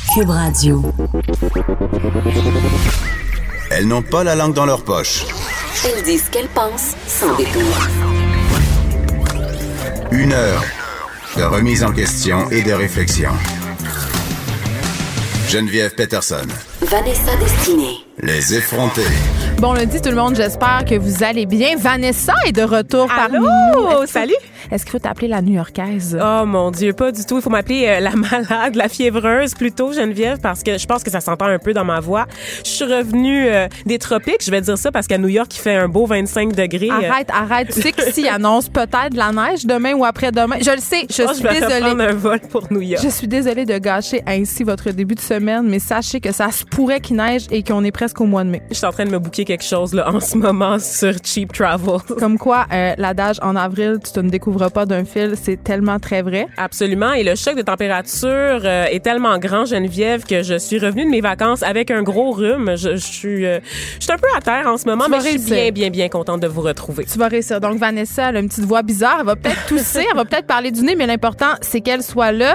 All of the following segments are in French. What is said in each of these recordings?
Cube Radio. Elles n'ont pas la langue dans leur poche. Elles disent ce qu'elles pensent sans détour. 1 heure de remise en question et de réflexion. Geneviève Peterson. Vanessa Destinée. Les effrontés. Bon lundi tout le monde, j'espère que vous allez bien. Vanessa est de retour parmi nous. Salut! Est-ce qu'il faut t'appeler la New-Yorkaise? Oh mon Dieu, pas du tout. Il faut m'appeler la malade, la fiévreuse plutôt, Geneviève, parce que je pense que ça s'entend un peu dans ma voix. Je suis revenue des tropiques, je vais dire ça parce qu'à New York, il fait un beau 25 degrés. Arrête. Tu sais qu'ici, il annonce peut-être de la neige demain ou après-demain. Je le sais, je suis désolée. Je vais prendre un vol pour New York. Je suis désolée de gâcher ainsi votre début de semaine, mais sachez que ça se pourrait qu'il neige et qu'on est presque au mois de mai. Je suis en train de me booker quelque chose là en ce moment sur Cheap Travel. Comme quoi, l'adage en avril, tu te ne découvres pas d'un fil, c'est tellement très vrai. Absolument. Et le choc de température est tellement grand, Geneviève, que je suis revenue de mes vacances avec un gros rhume. Je suis un peu à terre en ce moment, mais je suis bien contente de vous retrouver. Tu vas réussir. Donc, Vanessa, elle a une petite voix bizarre. Elle va peut-être tousser, elle va peut-être parler du nez, mais l'important, c'est qu'elle soit là.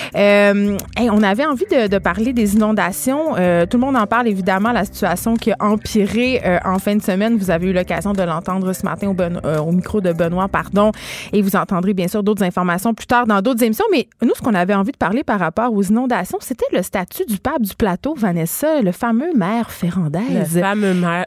On avait envie de parler des inondations. Tout le monde en parle, évidemment, la situation qui a empiré en fin de semaine. Vous avez eu l'occasion de l'entendre ce matin au micro de Benoît, et vous entendrez bien sûr d'autres informations plus tard dans d'autres émissions. Mais nous, ce qu'on avait envie de parler par rapport aux inondations, c'était le statut du pape du plateau, Vanessa, le fameux maire Ferrandez. Le fameux maire.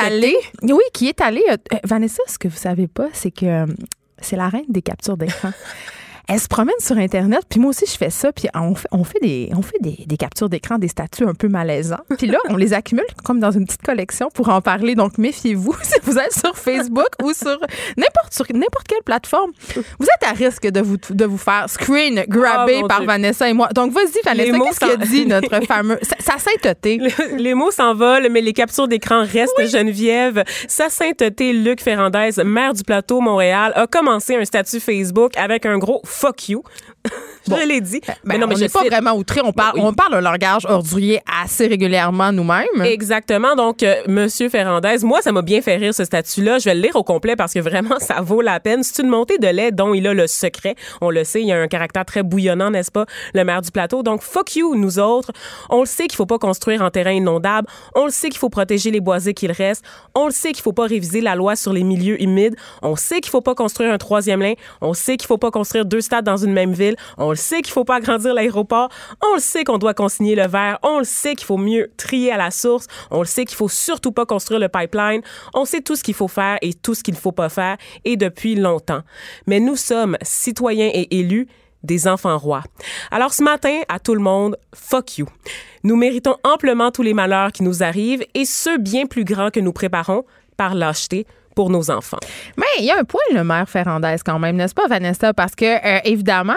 Qui est allé. Vanessa, ce que vous savez pas, c'est que c'est la reine des captures d'écran. Elle se promène sur Internet, puis moi aussi, je fais ça, puis on fait des captures d'écran, des statuts un peu malaisants. Puis là, on les accumule comme dans une petite collection pour en parler. Donc, méfiez-vous si vous êtes sur Facebook ou sur n'importe quelle plateforme. Vous êtes à risque de vous faire screen grabber par Vanessa et moi. Donc, vas-y, Vanessa, qu'est-ce qu'a dit notre fameux... Sa sainteté. Les mots s'envolent, mais les captures d'écran restent, oui. Geneviève. Sa sainteté, Luc Ferrandez, maire du plateau Montréal, a commencé un statut Facebook avec un gros fuck you. Je l'ai dit. Mais on n'est pas vraiment outré. On parle un langage ordurier assez régulièrement nous-mêmes. Exactement. Donc, Monsieur Ferrandez, moi, ça m'a bien fait rire ce statut-là. Je vais le lire au complet parce que vraiment, ça vaut la peine. C'est une montée de lait dont il a le secret. On le sait, il y a un caractère très bouillonnant, n'est-ce pas, le maire du plateau. Donc, fuck you, nous autres. On le sait qu'il faut pas construire en terrain inondable. On le sait qu'il faut protéger les boisés qu'il reste. On le sait qu'il faut pas réviser la loi sur les milieux humides. On sait qu'il faut pas construire un 3e lien. On sait qu'il faut pas construire 2 stades dans une même ville. On le sait qu'il faut pas agrandir l'aéroport. On le sait qu'on doit consigner le verre. On le sait qu'il faut mieux trier à la source. On le sait qu'il faut surtout pas construire le pipeline. On sait tout ce qu'il faut faire et tout ce qu'il faut pas faire, et depuis longtemps. Mais nous sommes, citoyens et élus, des enfants rois. Alors ce matin, à tout le monde, fuck you. Nous méritons amplement tous les malheurs qui nous arrivent, et ceux bien plus grands que nous préparons par lâcheté pour nos enfants. Mais il y a un point, le maire Ferrandez, quand même, n'est-ce pas, Vanessa? Parce que, évidemment,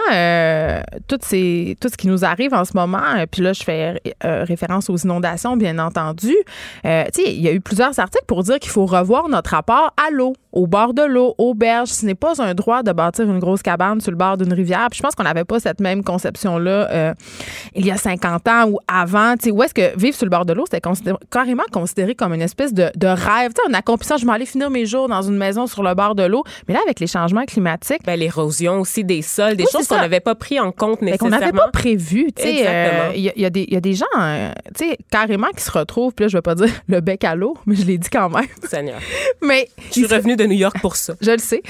tout ce qui nous arrive en ce moment, puis là, je fais référence aux inondations, bien entendu. Tu sais, il y a eu plusieurs articles pour dire qu'il faut revoir notre rapport à l'eau, au bord de l'eau, aux berges. Ce n'est pas un droit de bâtir une grosse cabane sur le bord d'une rivière. Puis je pense qu'on n'avait pas cette même conception-là il y a 50 ans ou avant. Tu sais, où est-ce que vivre sur le bord de l'eau, c'était carrément considéré comme une espèce de rêve. Tu sais, un accomplissant, je m'en allais finir mes jours dans une maison sur le bord de l'eau. Mais là, avec les changements climatiques... l'érosion aussi des sols, des choses qu'on n'avait pas pris en compte nécessairement. Qu'on n'avait pas prévu. Exactement. Il y a des gens, tu sais, carrément qui se retrouvent, puis là, je vais pas dire le bec à l'eau, mais je l'ai dit quand même. Seigneur. Mais je suis revenue de New York pour ça. Je le sais.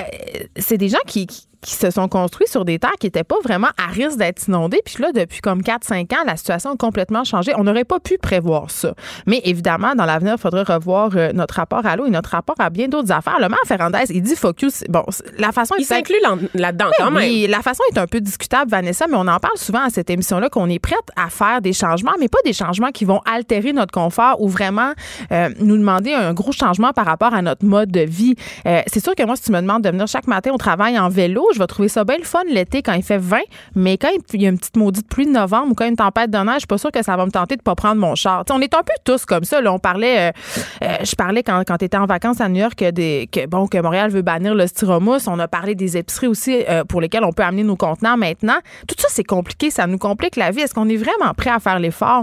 C'est des gens qui se sont construits sur des terres qui n'étaient pas vraiment à risque d'être inondées. Puis là, depuis comme 4-5 ans, la situation a complètement changé. On n'aurait pas pu prévoir ça. Mais évidemment, dans l'avenir, il faudrait revoir notre rapport à l'eau et notre rapport à bien d'autres affaires. Le maire Ferrandez, il dit fuck you. Bon, la façon il s'inclut là-dedans quand même. Oui, la façon est un peu discutable, Vanessa, mais on en parle souvent à cette émission-là qu'on est prête à faire des changements, mais pas des changements qui vont altérer notre confort ou vraiment nous demander un gros changement par rapport à notre mode de vie. C'est sûr que moi, si tu me demandes de venir chaque matin au travail en vélo, je vais trouver ça bien le fun l'été quand il fait 20, mais quand il y a une petite maudite pluie de novembre ou quand il y a une tempête de neige, je suis pas sûre que ça va me tenter de pas prendre mon char. T'sais, on est un peu tous comme ça. Là, on parlait, je parlais quand tu étais en vacances à New York que Montréal veut bannir le styromousse. On a parlé des épiceries aussi pour lesquelles on peut amener nos contenants maintenant. Tout ça, c'est compliqué. Ça nous complique la vie. Est-ce qu'on est vraiment prêt à faire l'effort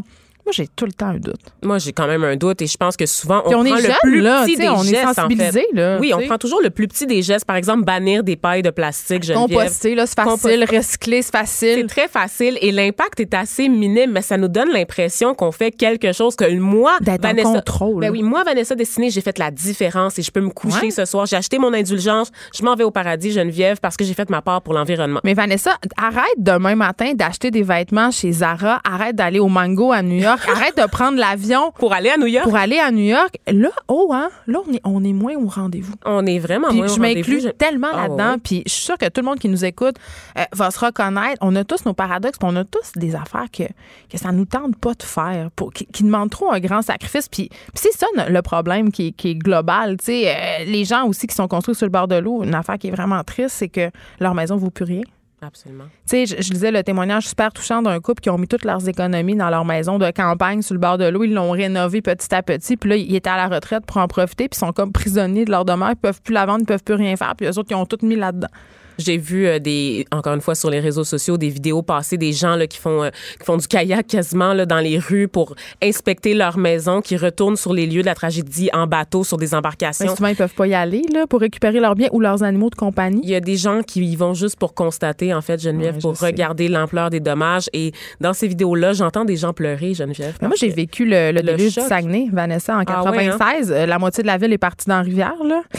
Moi, j'ai tout le temps un doute. Moi, j'ai quand même un doute et je pense que souvent, on Puis prend est le jeune, plus là, petit des on gestes, est sensibilisé, en fait. là. Oui, on prend toujours le plus petit des gestes. Par exemple, bannir des pailles de plastique, Geneviève. Composter, là, c'est facile. Recycler, c'est facile. C'est très facile et l'impact est assez minime, mais ça nous donne l'impression qu'on fait quelque chose que moi, d'être Vanessa, en contrôle. Ben oui, moi, Vanessa Destinée, j'ai fait la différence et je peux me coucher ce soir. J'ai acheté mon indulgence. Je m'en vais au paradis, Geneviève, parce que j'ai fait ma part pour l'environnement. Mais Vanessa, arrête demain matin d'acheter des vêtements chez Zara. Arrête d'aller au Mango à New York. Arrête de prendre l'avion pour aller à New York. Là, là, on est moins au rendez-vous. On est vraiment puis moins au rendez-vous. Je m'inclus tellement là-dedans. Oui. Puis je suis sûre que tout le monde qui nous écoute va se reconnaître. On a tous nos paradoxes, puis on a tous des affaires que ça nous tente pas de faire, qui demandent trop un grand sacrifice. Puis c'est ça le problème qui est global. Tu sais, les gens aussi qui sont construits sur le bord de l'eau, une affaire qui est vraiment triste, c'est que leur maison ne vaut plus rien. Absolument. Tu sais, je lisais le témoignage super touchant d'un couple qui ont mis toutes leurs économies dans leur maison de campagne sur le bord de l'eau. Ils l'ont rénové petit à petit. Puis là, ils étaient à la retraite pour en profiter. Puis ils sont comme prisonniers de leur demeure. Ils peuvent plus la vendre, ils peuvent plus rien faire. Puis eux autres, ils ont tout mis là-dedans. J'ai vu encore une fois sur les réseaux sociaux, des vidéos passer des gens là, qui font du kayak quasiment là, dans les rues pour inspecter leur maison, qui retournent sur les lieux de la tragédie en bateau sur des embarcations. Mais souvent, ils peuvent pas y aller là, pour récupérer leurs biens ou leurs animaux de compagnie. Il y a des gens qui y vont juste pour constater, en fait, Geneviève, pour regarder l'ampleur des dommages. Et dans ces vidéos-là, j'entends des gens pleurer, Geneviève. Mais moi, j'ai vécu le déluge du Saguenay, Vanessa, en 96. La moitié de la ville est partie dans la rivière.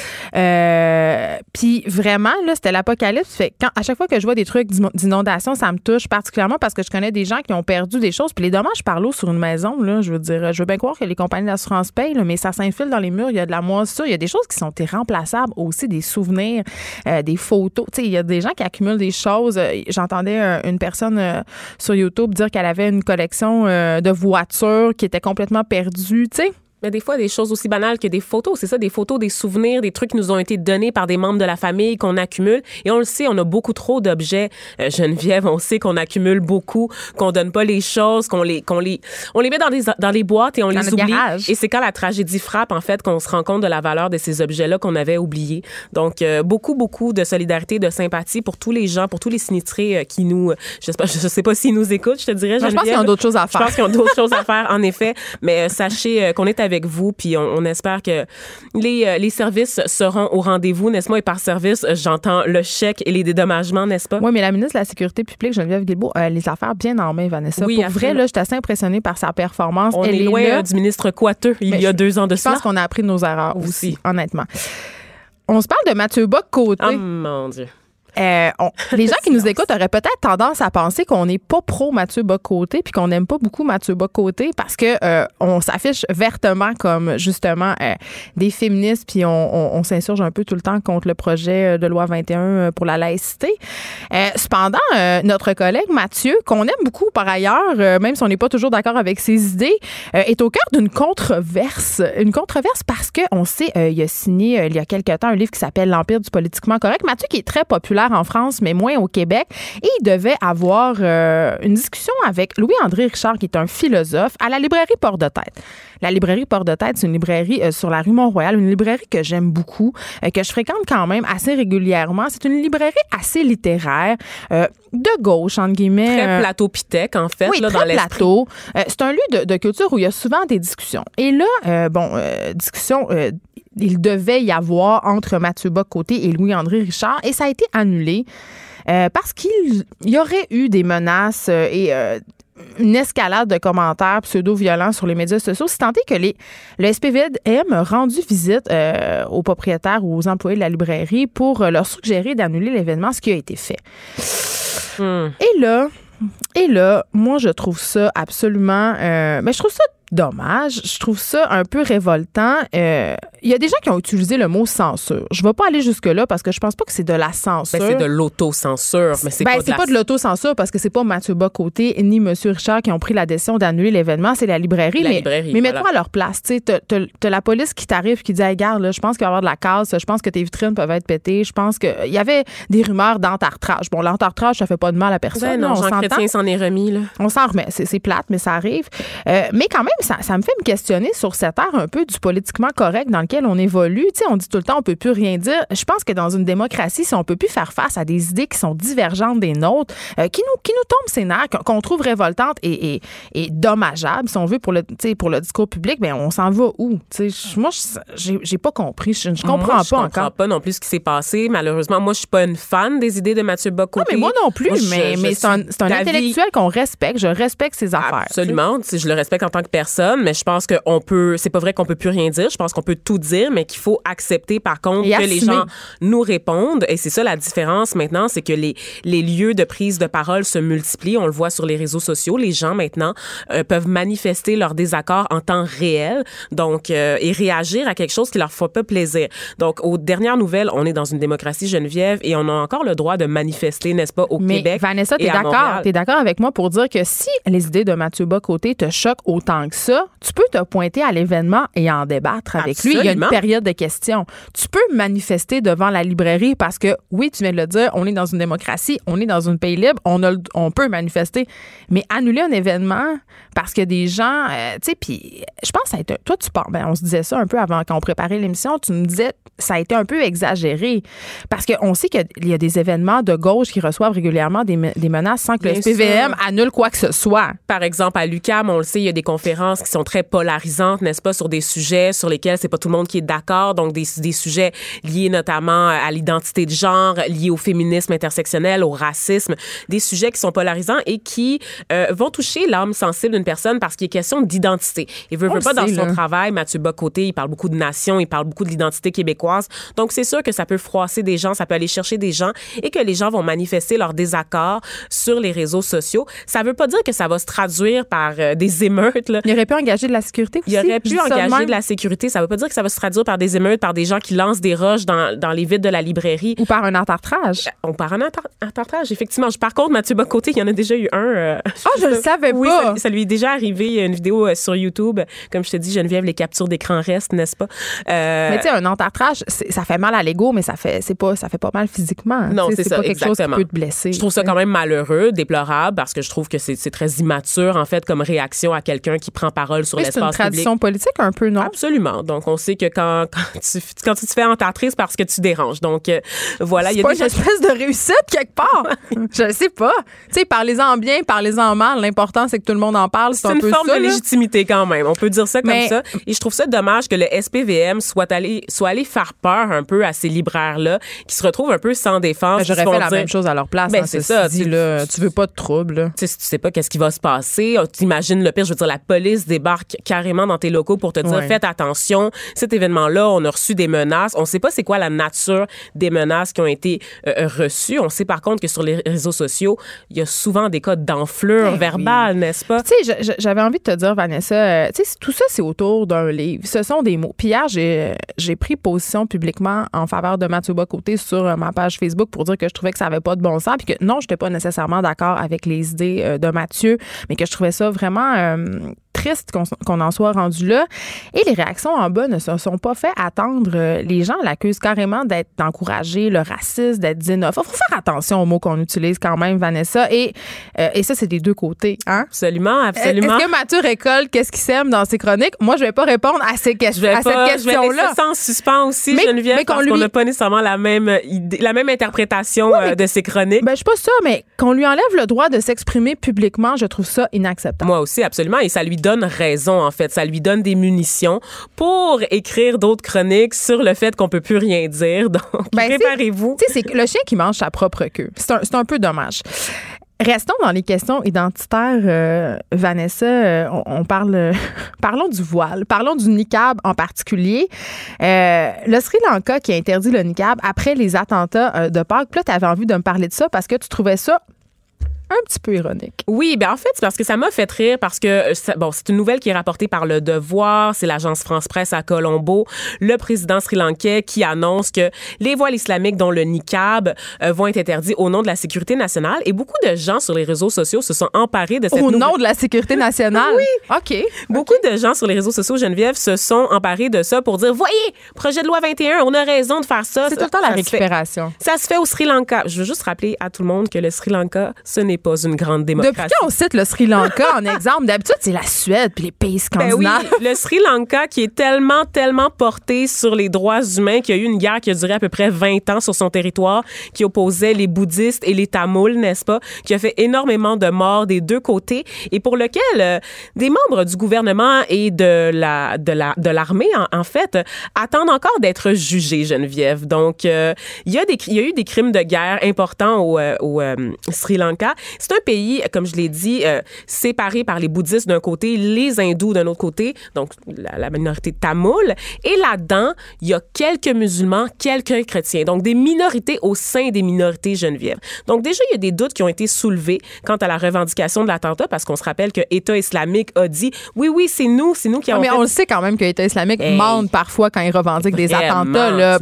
Puis vraiment, là, c'était l'apocalypse. Fait à chaque fois que je vois des trucs d'inondation, ça me touche particulièrement parce que je connais des gens qui ont perdu des choses. Puis les dommages par l'eau sur une maison, là, je veux dire, je veux bien croire que les compagnies d'assurance payent, là, mais ça s'infile dans les murs. Il y a de la moisissure. Il y a des choses qui sont irremplaçables aussi, des souvenirs, des photos. Tu sais, il y a des gens qui accumulent des choses. J'entendais une personne sur YouTube dire qu'elle avait une collection de voitures qui était complètement perdue, tu sais. Mais des fois, des choses aussi banales que des photos. C'est ça, des photos, des souvenirs, des trucs qui nous ont été donnés par des membres de la famille qu'on accumule. Et on le sait, on a beaucoup trop d'objets. Geneviève, on sait qu'on accumule beaucoup, qu'on donne pas les choses, on les met dans les boîtes et on les oublie. Garage. Et c'est quand la tragédie frappe, en fait, qu'on se rend compte de la valeur de ces objets-là qu'on avait oubliés. Donc, beaucoup de solidarité, de sympathie pour tous les gens, pour tous les sinistrés qui nous... je sais pas s'ils nous écoutent, je te dirais, Geneviève. Je pense qu'ils ont d'autres choses à faire. Je pense qu'ils ont d'autres choses à faire, en effet. Mais sachez qu'on est avec vous, puis on espère que les services seront au rendez-vous, n'est-ce pas? Et par service, j'entends le chèque et les dédommagements, n'est-ce pas? Oui, mais la ministre de la Sécurité publique, Geneviève Guilbeault, les affaires bien en main, Vanessa. Oui, pour vrai, là, j'étais assez impressionnée par sa performance. On est loin du ministre Coiteux il y a 2 ans de cela. Je pense qu'on a appris de nos erreurs aussi, honnêtement. On se parle de Mathieu Bock-Côté. Oh mon Dieu. Les gens qui nous écoutent auraient peut-être tendance à penser qu'on n'est pas pro Mathieu Bock-Côté puis qu'on n'aime pas beaucoup Mathieu Bock-Côté parce que on s'affiche vertement comme justement des féministes puis on s'insurge un peu tout le temps contre le projet de loi 21 pour la laïcité. Cependant, notre collègue Mathieu, qu'on aime beaucoup par ailleurs, même si on n'est pas toujours d'accord avec ses idées, est au cœur d'une controverse. Une controverse parce qu'on sait, il a signé il y a quelque temps un livre qui s'appelle L'Empire du politiquement correct. Mathieu qui est très populaire en France, mais moins au Québec. Et il devait avoir une discussion avec Louis-André Richard, qui est un philosophe, à la librairie Port-de-Tête. La librairie Port-de-Tête, c'est une librairie sur la rue Mont-Royal, une librairie que j'aime beaucoup, que je fréquente quand même assez régulièrement. C'est une librairie assez littéraire, de gauche, entre guillemets. Très plateau-pithèque, en fait, oui, là, très dans l'esprit. plateau. C'est un lieu de culture où il y a souvent des discussions. Et là, discussion... il devait y avoir entre Mathieu Bock-Côté et Louis-André Richard et ça a été annulé parce qu'il y aurait eu des menaces et une escalade de commentaires pseudo-violents sur les médias sociaux, si tant est que le SPVM a rendu visite aux propriétaires ou aux employés de la librairie pour leur suggérer d'annuler l'événement, ce qui a été fait. Et là, moi, je trouve ça absolument... mais je trouve ça dommage. Je trouve ça un peu révoltant. Il y a des gens qui ont utilisé le mot censure. Je ne vais pas aller jusque-là parce que je pense pas que c'est de la censure. Ben, c'est de l'autocensure. Mais c'est pas de l'autocensure parce que c'est pas Mathieu Bock-Côté ni M. Richard qui ont pris la décision d'annuler l'événement. C'est la librairie. Mais mets-toi à leur place. Tu sais, t'as la police qui t'arrive qui dit hey, regarde, là, je pense qu'il va y avoir de la casse. Je pense que tes vitrines peuvent être pétées. Je pense qu'il y avait des rumeurs d'entartrage. Bon, l'entartrage, ça fait pas de mal à personne. Ben non, Jean Chrétien s'en est remis. Là. On s'en remet. C'est plate, mais ça arrive. Mais quand même, ça me fait me questionner sur cette ère un peu du politiquement correct dans lequel on évolue. Tu sais, on dit tout le temps on peut plus rien dire. Je pense que dans une démocratie, si on peut plus faire face à des idées qui sont divergentes des nôtres, qui nous tombent ses nerfs, qu'on trouve révoltantes et dommageables, si on veut, pour le discours public, ben on s'en va où? Tu sais, moi, j'ai pas compris. Je comprends pas encore. Je comprends pas non plus ce qui s'est passé. Malheureusement, moi, je suis pas une fan des idées de Mathieu Bock-Côté. Non, mais moi non plus, mais c'est un intellectuel qu'on respecte. Je respecte ses affaires. Absolument. Je le respecte en tant que personne, mais je pense c'est pas vrai qu'on peut plus rien dire. Je pense qu'on peut tout dire, mais qu'il faut accepter, par contre, que les gens nous répondent. Et c'est ça la différence maintenant, c'est que les lieux de prise de parole se multiplient. On le voit sur les réseaux sociaux. Les gens, maintenant, peuvent manifester leur désaccord en temps réel, donc, et réagir à quelque chose qui leur fait pas plaisir. Donc, aux dernières nouvelles, on est dans une démocratie, Geneviève, et on a encore le droit de manifester, n'est-ce pas, au Québec. Mais Vanessa, t'es d'accord avec moi pour dire que si les idées de Mathieu Bock-Côté te choquent autant que ça, tu peux te pointer à l'événement et en débattre avec lui. Il y a une période de questions. Tu peux manifester devant la librairie parce que, oui, tu viens de le dire, on est dans une démocratie, on est dans un pays libre, on peut manifester. Mais annuler un événement parce que des gens, tu sais, puis je pense que ça a été, toi, tu parles, on se disait ça un peu avant quand on préparait l'émission, tu me disais, ça a été un peu exagéré parce qu'on sait qu'il y a des événements de gauche qui reçoivent régulièrement des menaces sans que le SPVM annule quoi que ce soit. Par exemple, à l'UQAM, on le sait, il y a des conférences qui sont très polarisantes, n'est-ce pas, sur des sujets sur lesquels c'est pas tout le monde qui est d'accord, donc des sujets liés notamment à l'identité de genre, liés au féminisme intersectionnel, au racisme, des sujets qui sont polarisants et qui vont toucher l'âme sensible d'une personne parce qu'il est question d'identité. Il veut pas dans son travail, Mathieu Bock-Côté, il parle beaucoup de nation, il parle beaucoup de l'identité québécoise. Donc, c'est sûr que ça peut froisser des gens, ça peut aller chercher des gens et que les gens vont manifester leur désaccord sur les réseaux sociaux. Ça veut pas dire que ça va se traduire par des émeutes. Là. Il aurait pu engager de la sécurité aussi. Il aurait pu engager de la sécurité. Ça veut pas dire que ça va se traduire par des émeutes, par des gens qui lancent des roches dans les vides de la librairie. Ou par un entartrage. Par un entartrage, effectivement. Par contre, Mathieu Bock-Côté, il y en a déjà eu un. Je le savais pas. Oui, ça lui est déjà arrivé. Il y a une vidéo sur YouTube. Comme je te dis, Geneviève, les captures d'écran restent, n'est-ce pas? Mais tu sais, un entartrage, ça fait mal à l'ego, mais ça fait pas mal physiquement. Non, c'est ça, pas quelque exactement. chose qui peut te blesser. Je trouve ça quand même malheureux, déplorable, parce que je trouve que c'est très immature, en fait, comme réaction à quelqu'un qui prend parole sur l'espace public. C'est une tradition politique un peu, non? Absolument. Donc, on sait que quand tu te fais entartrer, c'est parce que tu déranges. Donc, voilà. C'est pas une espèce de réussite quelque part. Je sais pas. Tu sais, parlez-en bien, parlez-en mal. L'important, c'est que tout le monde en parle. C'est un peu ça. C'est une forme de légitimité quand même. On peut dire ça comme ça. Et je trouve ça dommage que le SPVM soit allé faire peur un peu à ces libraires-là qui se retrouvent un peu sans défense. J'aurais fait la même chose à leur place. C'est ça. Tu veux pas de trouble. Tu sais pas qu'est-ce qui va se passer. T'imagines le pire. Je veux dire, la police débarque carrément dans tes locaux pour te dire faites attention. Cet événement-là, on a reçu des menaces. On sait pas c'est quoi la nature des menaces qui ont été reçues. On sait par contre que sur les réseaux sociaux, il y a souvent des cas d'enflure verbale, n'est-ce pas? Tu sais, j'avais envie de te dire, Vanessa, tu sais, tout ça, c'est autour d'un livre. Ce sont des mots. Puis hier, j'ai pris position publiquement en faveur de Mathieu Bock-Côté sur ma page Facebook pour dire que je trouvais que ça avait pas de bon sens puis que non, j'étais pas nécessairement d'accord avec les idées de Mathieu, mais que je trouvais ça vraiment triste qu'on en soit rendu là. Et les réactions en bas ne se sont pas fait attendre. Les gens l'accusent carrément d'encourager le racisme, d'être xénophobe. Il faut faire attention aux mots qu'on utilise quand même, Vanessa. Et ça, c'est des deux côtés. Hein? Absolument. Est-ce que Mathieu récolte qu'est-ce qu'il sème dans ses chroniques? Moi, je vais pas répondre à cette question-là. Je vais laisser ça en suspens aussi, Geneviève, parce qu'on n'a pas nécessairement la même interprétation de ses chroniques. Ben, je suis pas sûre, mais qu'on lui enlève le droit de s'exprimer publiquement, je trouve ça inacceptable. Moi aussi, absolument. Et ça lui donne raison, en fait. Ça lui donne des munitions pour écrire d'autres chroniques sur le fait qu'on peut plus rien dire. Donc, préparez-vous. Tu sais, c'est le chien qui mange sa propre queue. C'est un peu dommage. Restons dans les questions identitaires, Vanessa. Parlons du voile. Parlons du niqab en particulier. Le Sri Lanka qui a interdit le niqab après les attentats de Pâques. Puis là, tu avais envie de me parler de ça parce que tu trouvais ça un petit peu ironique. Oui, en fait, c'est parce que ça m'a fait rire parce que, c'est une nouvelle qui est rapportée par Le Devoir, c'est l'agence France-Presse à Colombo, le président sri-lankais qui annonce que les voiles islamiques, dont le niqab, vont être interdits au nom de la sécurité nationale. Et beaucoup de gens sur les réseaux sociaux se sont emparés de cette nouvelle. Au nom de la sécurité nationale? Oui. OK. Beaucoup de gens sur les réseaux sociaux, Geneviève, se sont emparés de ça pour dire, voyez, projet de loi 21, on a raison de faire ça. C'est tout le temps la récupération. Ça se fait au Sri Lanka. Je veux juste rappeler à tout le monde que le Sri Lanka, ce n'est n'est pas une grande démocratie. Depuis quand on cite le Sri Lanka en exemple? D'habitude, c'est la Suède puis les pays scandinaves. Ben oui, le Sri Lanka qui est tellement porté sur les droits humains qu'il y a eu une guerre qui a duré à peu près 20 ans sur son territoire, qui opposait les bouddhistes et les tamouls, n'est-ce pas, qui a fait énormément de morts des deux côtés et pour lequel des membres du gouvernement et de l'armée, en fait, attendent encore d'être jugés, Geneviève. Donc, il y a eu des crimes de guerre importants au Sri Lanka. C'est un pays, comme je l'ai dit, séparé par les bouddhistes d'un côté, les hindous d'un autre côté, donc la minorité tamoule. Et là-dedans, il y a quelques musulmans, quelques chrétiens. Donc, des minorités au sein des minorités, Geneviève. Donc, déjà, il y a des doutes qui ont été soulevés quant à la revendication de l'attentat, parce qu'on se rappelle que État islamique a dit « Oui, c'est nous qui avons fait... » Mais on le sait quand même que l'État islamique mente parfois quand il revendique des attentats. Là,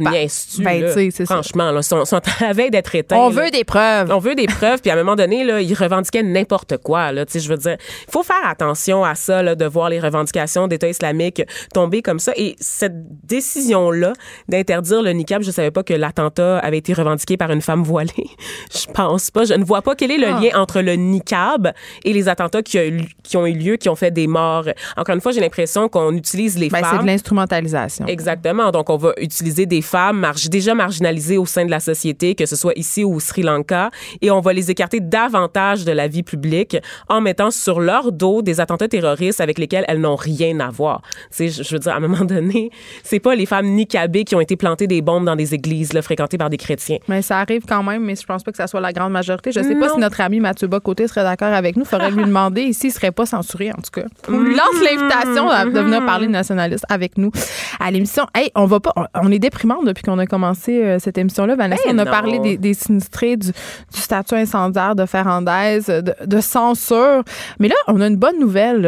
c'est franchement, là, sont à la veille d'être éteints. On veut des preuves. On veut des preuves, puis à un moment donné, là, ils revendiquaient n'importe quoi. Là, je veux dire, il faut faire attention à ça, là, de voir les revendications d'État islamique tomber comme ça. Et cette décision-là d'interdire le niqab, je savais pas que l'attentat avait été revendiqué par une femme voilée. Je pense pas. Je ne vois pas quel est le lien entre le niqab et les attentats qui ont eu lieu, qui ont fait des morts. Encore une fois, j'ai l'impression qu'on utilise les femmes. C'est de l'instrumentalisation. Exactement. Donc, on va utiliser des femmes déjà marginalisées au sein de la société, que ce soit ici ou au Sri Lanka, et on va les écarter davantage de la vie publique en mettant sur leur dos des attentats terroristes avec lesquels elles n'ont rien à voir. Tu sais, je veux dire, à un moment donné, c'est pas les femmes niqabées qui ont été plantées des bombes dans des églises là, fréquentées par des chrétiens. Mais ça arrive quand même, mais je pense pas que ça soit la grande majorité. Je sais pas si notre ami Mathieu Bocoté serait d'accord avec nous. Faudrait lui demander ici, il serait pas censuré, en tout cas. On lui lance l'invitation de venir parler de nationalistes avec nous à l'émission. Hey, on est déprimant depuis qu'on a commencé cette émission-là. Vanessa, on a parlé des sinistrés, du statut incendiaire de Ferrandez, de censure. Mais là, on a une bonne nouvelle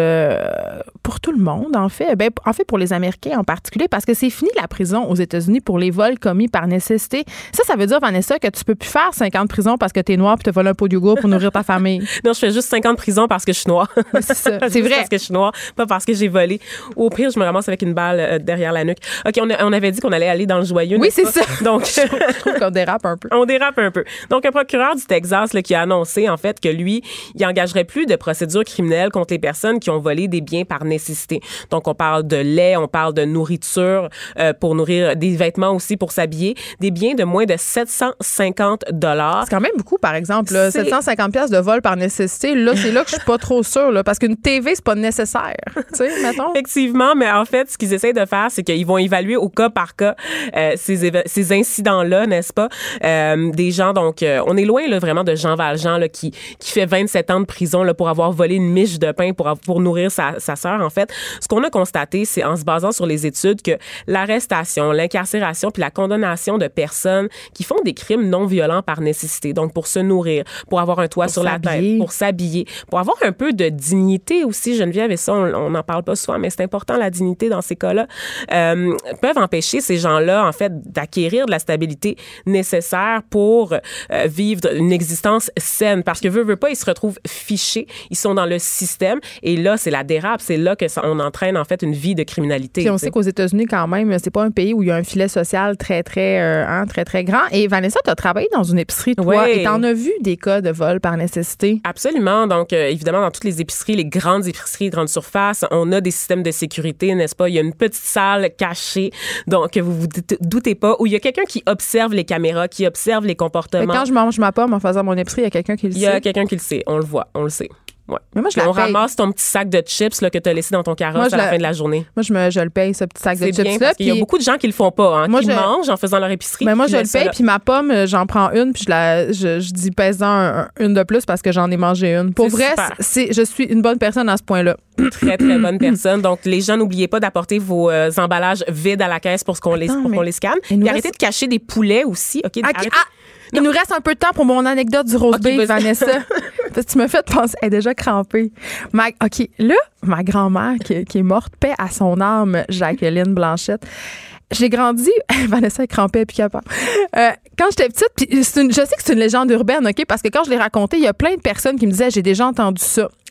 pour tout le monde, en fait. En fait, pour les Américains en particulier, parce que c'est fini la prison aux États-Unis pour les vols commis par nécessité. Ça veut dire, Vanessa, que tu peux plus faire 5 ans de prison parce que t'es noire puis t'as volé un pot de yogourt pour nourrir ta famille. Non, je fais juste 5 ans de prison parce que je suis noire. C'est ça. C'est vrai. Parce que je suis noire, pas parce que j'ai volé. Au pire, je me ramasse avec une balle derrière la nuque. OK, on avait dit qu'on allait aller dans le joyeux. Oui, c'est ça. Donc, je trouve qu'on dérape un peu. On dérape un peu. Donc, un procureur du Texas là, qui a annoncé, en fait, que lui, il engagerait plus de procédures criminelles contre les personnes qui ont volé des biens par nécessité. Donc, on parle de lait, on parle de nourriture pour nourrir, des vêtements aussi pour s'habiller, des biens de moins de 750 $. C'est quand même beaucoup, par exemple. Là, 750 $ de vol par nécessité. Là, c'est là que je suis pas trop sûre, là, parce qu'une TV, c'est pas nécessaire. Tu sais, mettons. Effectivement, mais en fait, ce qu'ils essayent de faire, c'est qu'ils vont évaluer au cas par cas ces incidents-là, n'est-ce pas? Des gens, donc, on est loin là, vraiment de Jean Valjean là, qui fait 27 ans de prison là, pour avoir volé une miche de pain pour nourrir sa sœur, en fait. Ce qu'on a constaté, c'est en se basant sur les études que l'arrestation, l'incarcération puis la condamnation de personnes qui font des crimes non violents par nécessité, donc pour se nourrir, pour avoir un toit sur la tête, pour s'habiller, pour avoir un peu de dignité aussi, Geneviève, et ça, on n'en parle pas souvent, mais c'est important, la dignité dans ces cas-là, peuvent empêcher ces gens-là, en fait, d'acquérir de la stabilité nécessaire pour vivre une existence saine. Parce que veut pas, ils se retrouvent fichés, ils sont dans le système, et là, c'est la dérape, c'est là qu'on entraîne, en fait, une vie de criminalité. Puis on sait qu'aux États-Unis, quand même, c'est pas un pays où il y a un filet social très, très grand. Et Vanessa, tu as travaillé dans une épicerie, toi, et t'en as vu des cas de vol par nécessité? Absolument. Donc, évidemment, dans toutes les épiceries, les grandes grandes surfaces, on a des systèmes de sécurité, n'est-ce pas? Il y a une petite salle cachée, donc vous vous doutez pas, où il y a quelqu'un qui observe les caméras, qui observe les comportements. Quand je mange ma pomme en faisant mon épicerie, il y a quelqu'un qui le sait. Il y a quelqu'un qui le sait. On le voit, on le sait. Ouais. Mais moi, on ramasse ton petit sac de chips là, que tu as laissé dans ton carrosse à la fin de la journée. Moi, je le paye, ce petit sac de chips-là. Parce qu'il y a beaucoup de gens qui le font pas, hein, qui mangent en faisant leur épicerie. Mais moi, je le paye, puis ma pomme, j'en prends une, puis je dis pèse-en une de plus parce que j'en ai mangé une. Pour vrai, je suis une bonne personne à ce point-là. Très, très bonne personne. Donc, les gens, n'oubliez pas d'apporter vos emballages vides à la caisse pour qu'on les scanne. Puis arrêtez de cacher des poulets aussi. OK? Il nous reste un peu de temps pour mon anecdote du roast beef, Vanessa. Parce que tu m'as fait penser, elle est déjà crampée. OK, là, ma grand-mère qui est morte, paix à son âme, Jacqueline Blanchette. J'ai grandi, Vanessa est crampée puis capable. Quand j'étais petite, puis je sais que c'est une légende urbaine, OK, parce que quand je l'ai raconté, il y a plein de personnes qui me disaient, j'ai déjà entendu ça.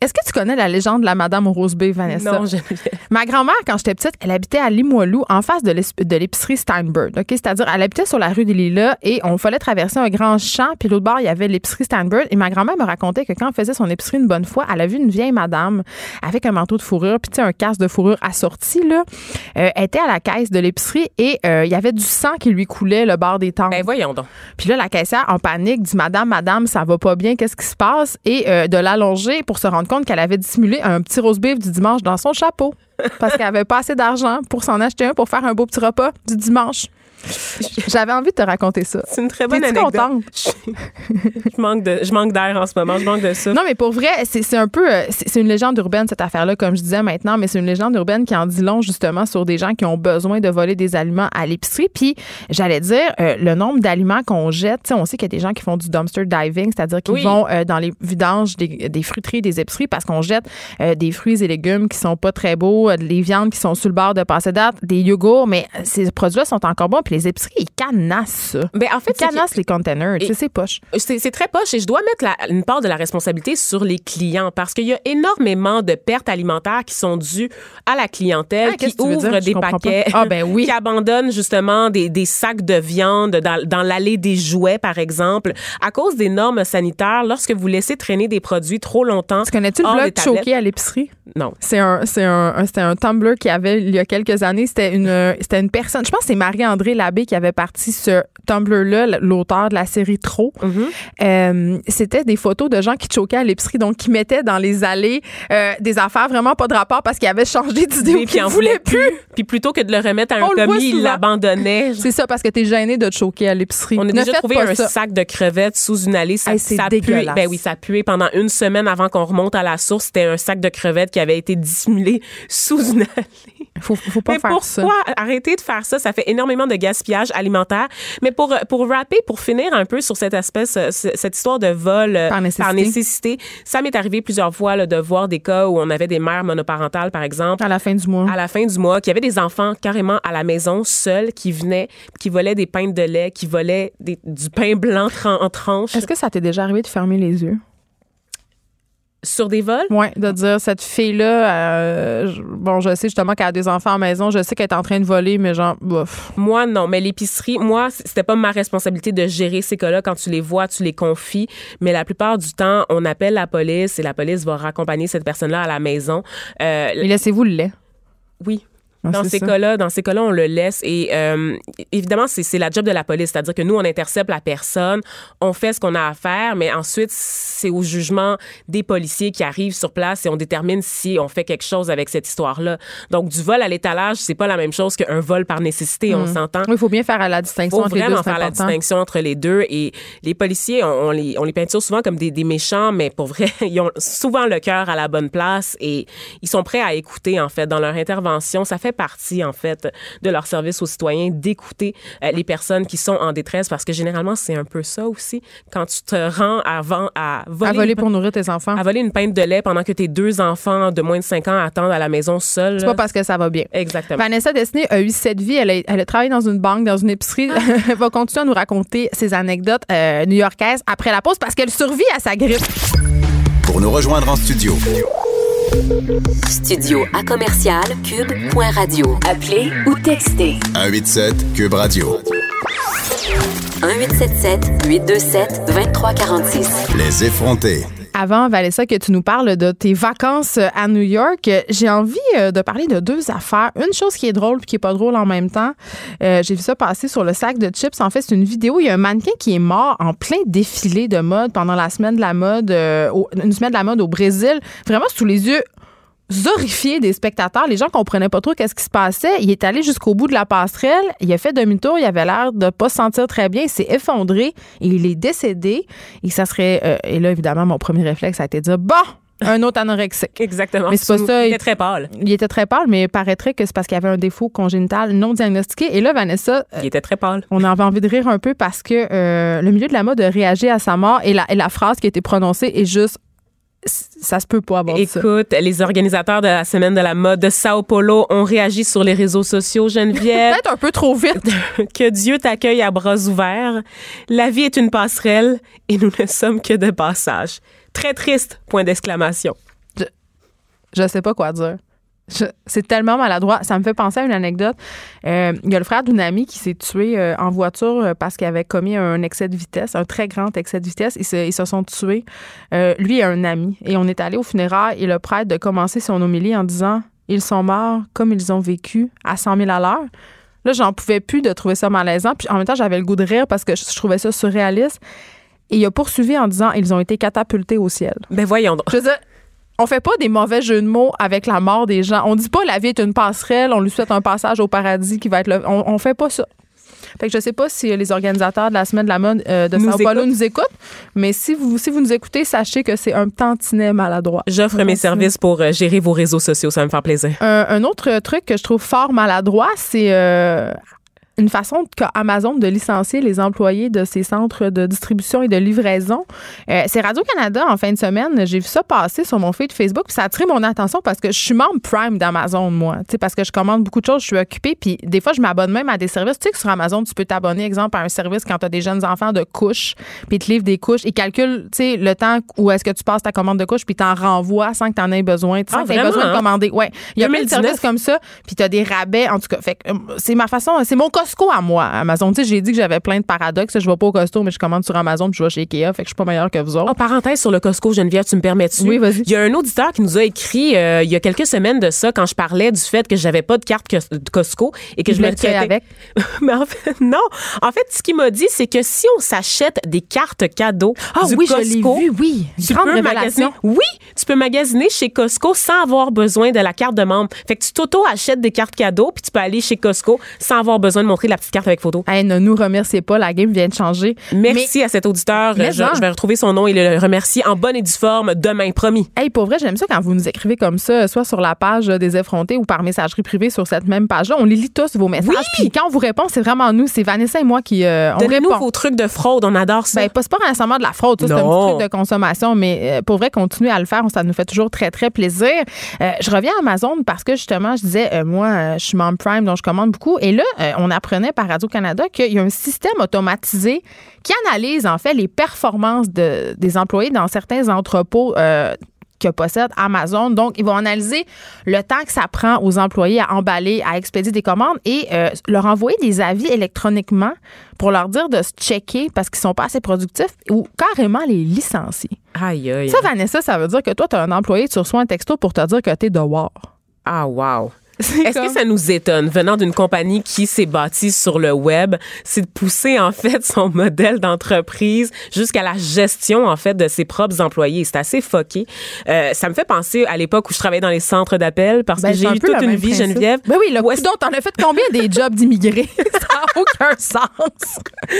Est-ce que tu connais la légende de la Madame aux roses baies, Vanessa? Non, Geneviève. Ma grand-mère, quand j'étais petite, elle habitait à Limoilou, en face de l'épicerie Steinberg. OK? C'est-à-dire, elle habitait sur la rue des Lilas et on fallait traverser un grand champ, puis l'autre bord, il y avait l'épicerie Steinberg. Et ma grand-mère me racontait que quand elle faisait son épicerie une bonne fois, elle a vu une vieille madame avec un manteau de fourrure, puis tu sais, un casque de fourrure assorti, là. Elle était à la caisse de l'épicerie et il y avait du sang qui lui coulait le bord des tempes. Ben voyons donc. Puis là, la caissière, en panique, dit « Madame, ça va pas bien, qu'est-ce qui se passe? » Et de l'allonger pour se rendre compte qu'elle avait dissimulé un petit roast beef du dimanche dans son chapeau parce qu'elle avait pas assez d'argent pour s'en acheter un pour faire un beau petit repas du dimanche. J'avais envie de te raconter ça. C'est une très bonne anecdote. Contente? Je manque d'air en ce moment. Je manque de ça. Non, mais pour vrai, c'est un peu... C'est une légende urbaine, cette affaire-là, comme je disais maintenant, mais c'est une légende urbaine qui en dit long, justement, sur des gens qui ont besoin de voler des aliments à l'épicerie. Puis, j'allais dire, le nombre d'aliments qu'on jette, on sait qu'il y a des gens qui font du dumpster diving, c'est-à-dire qu'ils vont dans les vidanges des fruiteries, des épiceries, parce qu'on jette des fruits et légumes qui sont pas très beaux, des viandes qui sont sur le bord de passer date, des yogourts, mais ces produits-là sont encore bons. Puis les épiceries, ils canassent ça. Ben, en fait, ils canassent les containers. Tu sais, c'est poche. C'est très poche et je dois mettre une part de la responsabilité sur les clients parce qu'il y a énormément de pertes alimentaires qui sont dues à la clientèle qui ouvre des paquets, qui abandonne justement des sacs de viande dans l'allée des jouets, par exemple, à cause des normes sanitaires. Lorsque vous laissez traîner des produits trop longtemps. Tu connais-tu le blog Choqué à l'épicerie? Non. C'était un Tumblr qu'il y avait il y a quelques années. C'était une personne, je pense que c'est Marie-André Labbé qui avait parti ce Tumblr-là, l'auteur de la série Trop. C'était des photos de gens qui choquaient à l'épicerie, donc qui mettaient dans les allées des affaires vraiment pas de rapport parce qu'ils avaient changé d'idée ou qu'ils en voulaient plus. Puis plutôt que de le remettre à un commis, ils l'abandonnaient. C'est ça, parce que t'es gêné de te choquer à l'épicerie. On a déjà trouvé un sac de crevettes sous une allée. Ça puait. Ben oui, ça puait pendant une semaine avant qu'on remonte à la source. C'était un sac de crevettes qui avait été dissimulé sous une allée. Faut pas faire ça. Pourquoi arrêter de faire ça? Ça fait énormément de gaspillage alimentaire. Mais pour rapper, pour finir un peu sur cette histoire de vol par nécessité, ça m'est arrivé plusieurs fois là, de voir des cas où on avait des mères monoparentales, par exemple. À la fin du mois, qui avaient des enfants carrément à la maison, seuls, qui venaient, qui volaient des pintes de lait, qui volaient du pain blanc en tranches. Est-ce que ça t'est déjà arrivé de fermer les yeux? Sur des vols? Oui, de dire, cette fille-là, je sais justement qu'elle a des enfants à la maison, je sais qu'elle est en train de voler, mais genre, bof. Moi, non, mais l'épicerie, c'était pas ma responsabilité de gérer ces cas-là. Quand tu les vois, tu les confies, mais la plupart du temps, on appelle la police et la police va raccompagner cette personne-là à la maison. Mais laissez-vous le lait? Oui. Dans ces cas-là, on le laisse et évidemment, c'est la job de la police, c'est-à-dire que nous, on intercepte la personne, on fait ce qu'on a à faire, mais ensuite, c'est au jugement des policiers qui arrivent sur place et on détermine si on fait quelque chose avec cette histoire-là. Donc, du vol à l'étalage, c'est pas la même chose qu'un vol par nécessité, on s'entend. Oui, il faut bien faire la distinction entre les deux. Il faut vraiment faire la distinction entre les deux et les policiers, on les peinture souvent comme des méchants, mais pour vrai, ils ont souvent le cœur à la bonne place et ils sont prêts à écouter, en fait, dans leur intervention. Ça fait partie, en fait, de leur service aux citoyens d'écouter les personnes qui sont en détresse parce que généralement, c'est un peu ça aussi. Quand tu te rends à voler pour nourrir tes enfants. À voler une pinte de lait pendant que tes 2 enfants de moins de 5 ans attendent à la maison seuls. C'est pas parce que ça va bien. Exactement. Vanessa Destinée a eu cette vie. Elle a travaillé dans une banque, dans une épicerie. Elle va continuer à nous raconter ses anecdotes new-yorkaises après la pause parce qu'elle survit à sa grippe. Pour nous rejoindre en studio. Studio à commercial cube.radio. Appelez ou textez. 187 Cube Radio. 1877-827-2346. Les effrontés. Avant, Vanessa, que tu nous parles de tes vacances à New York, j'ai envie de parler de 2 affaires. Une chose qui est drôle et qui est pas drôle en même temps. J'ai vu ça passer sur le sac de chips. En fait, c'est une vidéo. Il y a un mannequin qui est mort en plein défilé de mode pendant la semaine de la mode, une semaine de la mode au Brésil. Vraiment sous les yeux horrifiés des spectateurs. Les gens comprenaient pas trop qu'est-ce qui se passait. Il est allé jusqu'au bout de la passerelle. Il a fait demi-tour. Il avait l'air de pas se sentir très bien. Il s'est effondré et il est décédé. Et ça serait... et là, évidemment, mon premier réflexe a été de dire, bon, un autre anorexique. Exactement. Mais c'est pas ça. Il était très pâle. Il était très pâle, mais il paraîtrait que c'est parce qu'il y avait un défaut congénital non diagnostiqué. Et là, Vanessa... il était très pâle. On avait envie de rire un peu parce que le milieu de la mode a réagi à sa mort et la phrase qui a été prononcée est juste... Ça se peut pas avoir ça. Écoute, les organisateurs de la Semaine de la mode de Sao Paulo ont réagi sur les réseaux sociaux, Geneviève. Peut-être un peu trop vite. Que Dieu t'accueille à bras ouverts. La vie est une passerelle et nous ne sommes que de passage. Très triste, point d'exclamation. Je sais pas quoi dire. C'est tellement maladroit. Ça me fait penser à une anecdote. Il y a le frère d'une amie qui s'est tué en voiture parce qu'il avait commis un excès de vitesse, un très grand excès de vitesse. Ils se sont tués, lui et un ami. Et on est allé aux funérailles et le prêtre a commencé son homélie en disant « Ils sont morts comme ils ont vécu à 100 000 à l'heure ». Là, j'en pouvais plus de trouver ça malaisant. Puis en même temps, j'avais le goût de rire parce que je trouvais ça surréaliste. Et il a poursuivi en disant « Ils ont été catapultés au ciel ». Ben voyons donc. Je veux dire, on fait pas des mauvais jeux de mots avec la mort des gens. On dit pas la vie est une passerelle, on lui souhaite un passage au paradis qui va être on fait pas ça. Fait que je sais pas si les organisateurs de la semaine de la mode de Sao Paulo nous écoutent, mais si vous nous écoutez, sachez que c'est un tantinet maladroit. J'offre mes services pour gérer vos réseaux sociaux, ça va me faire plaisir. Un autre truc que je trouve fort maladroit, c'est une façon qu'a Amazon de licencier les employés de ses centres de distribution et de livraison. C'est Radio-Canada, en fin de semaine, j'ai vu ça passer sur mon feed Facebook, puis ça a attiré mon attention parce que je suis membre Prime d'Amazon, moi. Tu sais, parce que je commande beaucoup de choses, je suis occupée, puis des fois, je m'abonne même à des services. Tu sais que sur Amazon, tu peux t'abonner, exemple, à un service quand tu as des jeunes enfants de couches, puis ils te livrent des couches, ils calculent, tu sais, le temps où est-ce que tu passes ta commande de couches, puis t'en renvoies sans que t'en aies besoin. Sans que t'aies besoin de commander. Ouais. Il y a plein de services comme ça, puis t'as des rabais, en tout cas. Fait que c'est ma façon, c'est mon Costco à moi, Amazon. Tu sais, j'ai dit que j'avais plein de paradoxes. Je vais pas au Costco, mais je commande sur Amazon puis je vais chez Ikea. Fait que je suis pas meilleure que vous autres. En parenthèse sur le Costco, Geneviève, tu me permets-tu? Oui, vas-y. Il y a un auditeur qui nous a écrit il y a quelques semaines de ça quand je parlais du fait que j'avais pas de carte Costco et que je me disais avec. Mais en fait, non. En fait, ce qu'il m'a dit, c'est que si on s'achète des cartes cadeaux du oui, Costco, je l'ai vu, oui. Grande révélation. Oui, tu peux magasiner chez Costco sans avoir besoin de la carte de membre. Fait que tu t'auto-achètes des cartes cadeaux puis tu peux aller chez Costco sans avoir besoin de montrer la petite carte avec photo. Hey, ne nous remerciez pas, la game vient de changer. Merci à cet auditeur. Je vais retrouver son nom et le remercier en bonne et due forme demain, promis. Hey, pour vrai, j'aime ça quand vous nous écrivez comme ça, soit sur la page des effrontés ou par messagerie privée sur cette même page-là. On les lit tous, vos messages. Oui. Puis quand on vous répond, c'est vraiment nous. C'est Vanessa et moi qui on Donnez-nous répond. vos trucs de fraude. On adore ça. Ben, c'est pas nécessairement de la fraude. Ça, c'est un petit truc de consommation. Mais pour vrai, continuez à le faire. Ça nous fait toujours très, très plaisir. Je reviens à Amazon parce que justement, je disais, moi, je suis membre Prime, donc je commande beaucoup. Et là, on apprenait par Radio-Canada qu'il y a un système automatisé qui analyse en fait les performances des employés dans certains entrepôts que possède Amazon. Donc, ils vont analyser le temps que ça prend aux employés à emballer, à expédier des commandes et leur envoyer des avis électroniquement pour leur dire de se checker parce qu'ils sont pas assez productifs ou carrément les licencier. Aïe, aïe. Ça, Vanessa, ça veut dire que toi, tu as un employé, tu reçois un texto pour te dire que tu es dehors. Ah, wow. Est-ce que ça nous étonne, venant d'une compagnie qui s'est bâtie sur le web, c'est de pousser, en fait, son modèle d'entreprise jusqu'à la gestion, en fait, de ses propres employés? C'est assez fucké. Ça me fait penser à l'époque où je travaillais dans les centres d'appel parce que j'ai eu toute une vie, principe. Geneviève. Ben oui, donc, t'en as fait combien des jobs d'immigrés? Ça n'a aucun sens.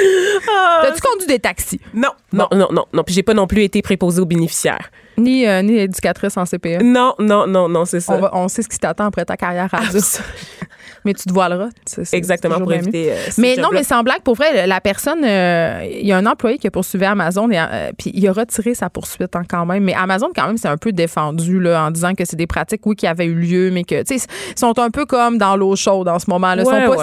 T'as-tu conduit des taxis? Non. Puis j'ai pas non plus été préposée aux bénéficiaires. Ni éducatrice en CPE. Non, c'est ça. On sait ce qui t'attend après ta carrière radio. Mais tu te voileras. Exactement, pour éviter. Mais non, mais sans blague, pour vrai, la personne, il y a un employé qui a poursuivi Amazon et puis il a retiré sa poursuite quand même. Mais Amazon, quand même, c'est un peu défendu là, en disant que c'est des pratiques, oui, qui avaient eu lieu, mais que, tu sais, ils sont un peu comme dans l'eau chaude en ce moment. Là.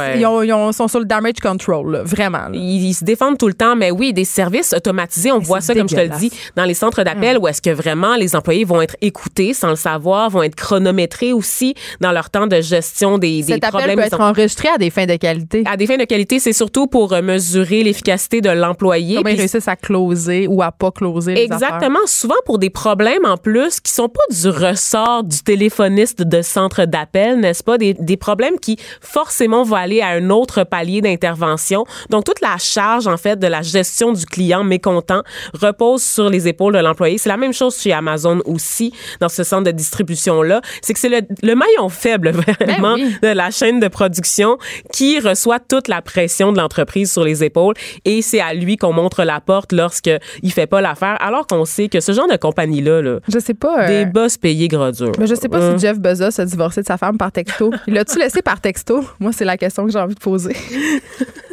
Ils sont sur le damage control, là, vraiment. Là. Ils se défendent tout le temps, mais oui, des services automatisés, on voit ça, dégueulasse. Comme je te le dis, dans les centres d'appel où est-ce que vraiment les employés vont être écoutés sans le savoir, vont être chronométrés aussi dans leur temps de gestion des problèmes. Cet appel peut être enregistré à des fins de qualité. À des fins de qualité, c'est surtout pour mesurer l'efficacité de l'employé. Comment ils réussissent à closer ou à pas closer les Exactement. affaires. Souvent pour des problèmes en plus qui sont pas du ressort du téléphoniste de centre d'appel, n'est-ce pas? Des problèmes qui forcément vont aller à un autre palier d'intervention. Donc toute la charge en fait de la gestion du client mécontent repose sur les épaules de l'employé. C'est la même chose chez Amazon aussi dans ce centre de distribution-là. C'est que c'est le maillon faible vraiment de la chaîne de production qui reçoit toute la pression de l'entreprise sur les épaules et c'est à lui qu'on montre la porte lorsqu'il fait pas l'affaire alors qu'on sait que ce genre de compagnie-là, je sais pas, des boss payés gros dur. Mais je sais pas si Jeff Bezos a divorcé de sa femme par texto. Il l'a-tu laissé par texto? Moi, c'est la question que j'ai envie de poser.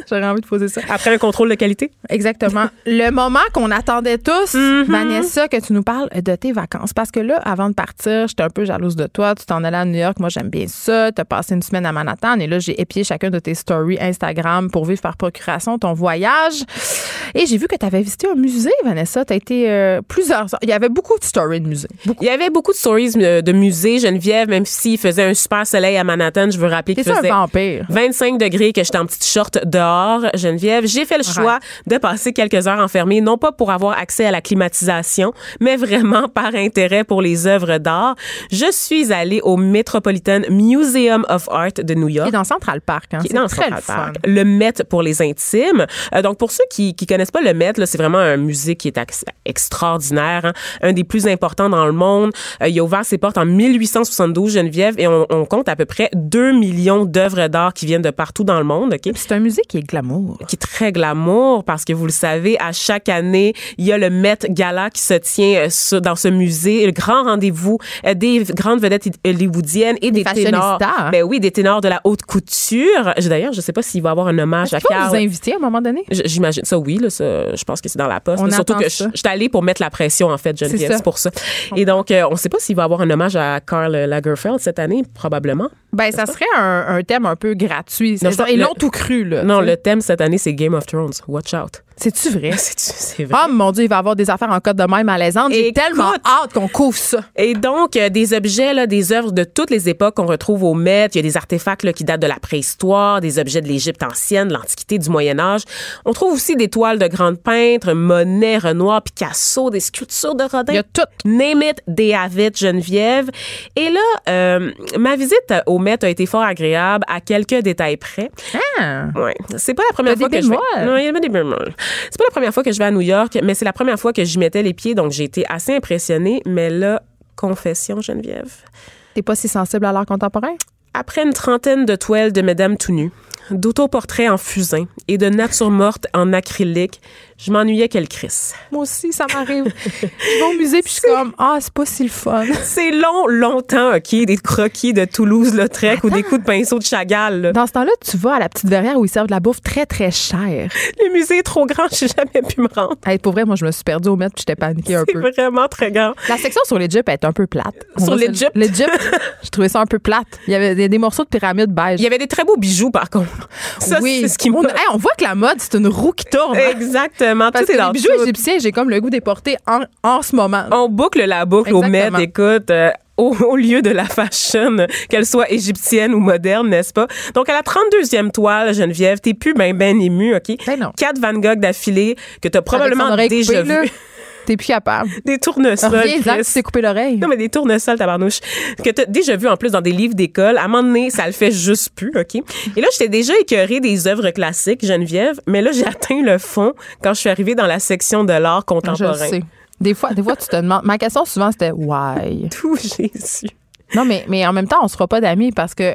J'aurais envie de poser ça. Après un contrôle de qualité? Exactement. Le moment qu'on attendait tous, Vanessa, que tu nous parles de tes vacances. Parce que là, avant de partir, j'étais un peu jalouse de toi. Tu t'en allais à New York. Moi, j'aime bien ça. Tu as passé une semaine à Manhattan. Et là, j'ai épié chacun de tes stories Instagram pour vivre par procuration ton voyage. Et j'ai vu que tu avais visité un musée, Vanessa. Tu as été plusieurs heures. Il y avait beaucoup de stories de musée. Il y avait beaucoup de stories de musée, Geneviève, même s'il faisait un super soleil à Manhattan. Je veux rappeler qu'il faisait un vampire. 25 degrés, que j'étais en petite short dehors, Geneviève. J'ai fait le choix de passer quelques heures enfermée, non pas pour avoir accès à la climatisation, mais vraiment par intérêt pour les œuvres d'art. Je suis allée au Metropolitan Museum of Art de New York. Qui est dans Central Park. Hein? C'est dans très Central Park. Le Met pour les intimes. Donc, pour ceux qui connaissent pas le Met, là, c'est vraiment un musée qui est extraordinaire, hein? Un des plus importants dans le monde. Il a ouvert ses portes en 1872, Geneviève, et on compte à peu près 2 millions d'œuvres d'art qui viennent de partout dans le monde. Okay? C'est un musée qui est glamour. Qui est très glamour, parce que vous le savez, à chaque année, il y a le Met Gala qui se tient dans ce musée, le grand rendez-vous des grandes vedettes hollywoodiennes et des ténors. Ben oui, des ténors de la haute couture. D'ailleurs, je sais pas s'il va y avoir un hommage à Karl. Vous inviter à un moment donné? J'imagine ça, oui. Là, ça, je pense que c'est dans la poste. Surtout que je suis allée pour mettre la pression, en fait, Geneviève. C'est pour ça. Et donc, on ne sait pas s'il va y avoir un hommage à Karl Lagerfeld cette année, probablement. Ben, ça serait un thème un peu gratuit. Ils l'ont tout cru, là. Non, le thème cette année, c'est Game of Thrones. Watch out. C'est-tu vrai? C'est vrai. Oh mon Dieu, il va y avoir des affaires en code de même malaisantes. J'ai tellement hâte qu'on couvre ça. Et donc, des objets, là, des œuvres de toutes les époques qu'on retrouve au Met. Il y a des artefacts là, qui datent de la préhistoire, des objets de l'Égypte ancienne, de l'Antiquité, du Moyen-Âge. On trouve aussi des toiles de grands peintres, Monet, Renoir, Picasso, des sculptures de Rodin. Il y a tout. Name it, they have it, Geneviève. Et là, ma visite au Met a été fort agréable à quelques détails près. Ah! Ouais. C'est pas la première fois que je vais. Non, il y avait des bémols. C'est pas la première fois que je vais à New York, mais c'est la première fois que j'y mettais les pieds, donc j'ai été assez impressionnée. Mais là, confession, Geneviève. T'es pas si sensible à l'art contemporain? Après une trentaine de toiles de mesdames tout nues, d'autoportraits en fusain et de natures mortes en acrylique, je m'ennuyais qu'elle crisse. Moi aussi, ça m'arrive. Je vais au musée puis je suis comme, c'est pas si le fun. C'est longtemps, OK, des croquis de Toulouse-Lautrec ou des coups de pinceau de Chagall. Là. Dans ce temps-là, tu vas à la petite verrière où ils servent de la bouffe très, très chère. Le musée est trop grand, j'ai jamais pu me rendre. Hey, pour vrai, moi, je me suis perdue au Met puis j'étais paniquée un peu. C'est vraiment très grand. La section sur l'Égypte est un peu plate. Sur l'Égypte? L'Égypte, je trouvais ça un peu plate. Il y avait des morceaux de pyramide beige. Il y avait des très beaux bijoux, par contre. Ça, oui. C'est ce qui on voit que la mode, c'est une roue qui tourne. Exactement. Parce tout est dans les bijoux égyptiens, j'ai comme le goût des porter en ce moment. On boucle la boucle Exactement. au Met, écoute, au lieu de la fashion, qu'elle soit égyptienne ou moderne, n'est-ce pas? Donc, à la 32e toile, Geneviève, t'es plus ben émue, OK? Ben non. 4 Van Gogh d'affilée que t'as probablement déjà vu. T'es plus capable. Des tournesols. Reviens, tu t'es coupé l'oreille. Non, mais des tournesols, tabarnouche, que t'as déjà vu en plus dans des livres d'école. À un moment donné, ça le fait juste plus, OK? Et là, j'étais déjà écœurée des œuvres classiques, Geneviève, mais là, j'ai atteint le fond quand je suis arrivée dans la section de l'art contemporain. Je sais. Des fois, tu te demandes. Ma question souvent, c'était why? Tout Jésus. Non, mais en même temps, on se fera pas d'amis parce que.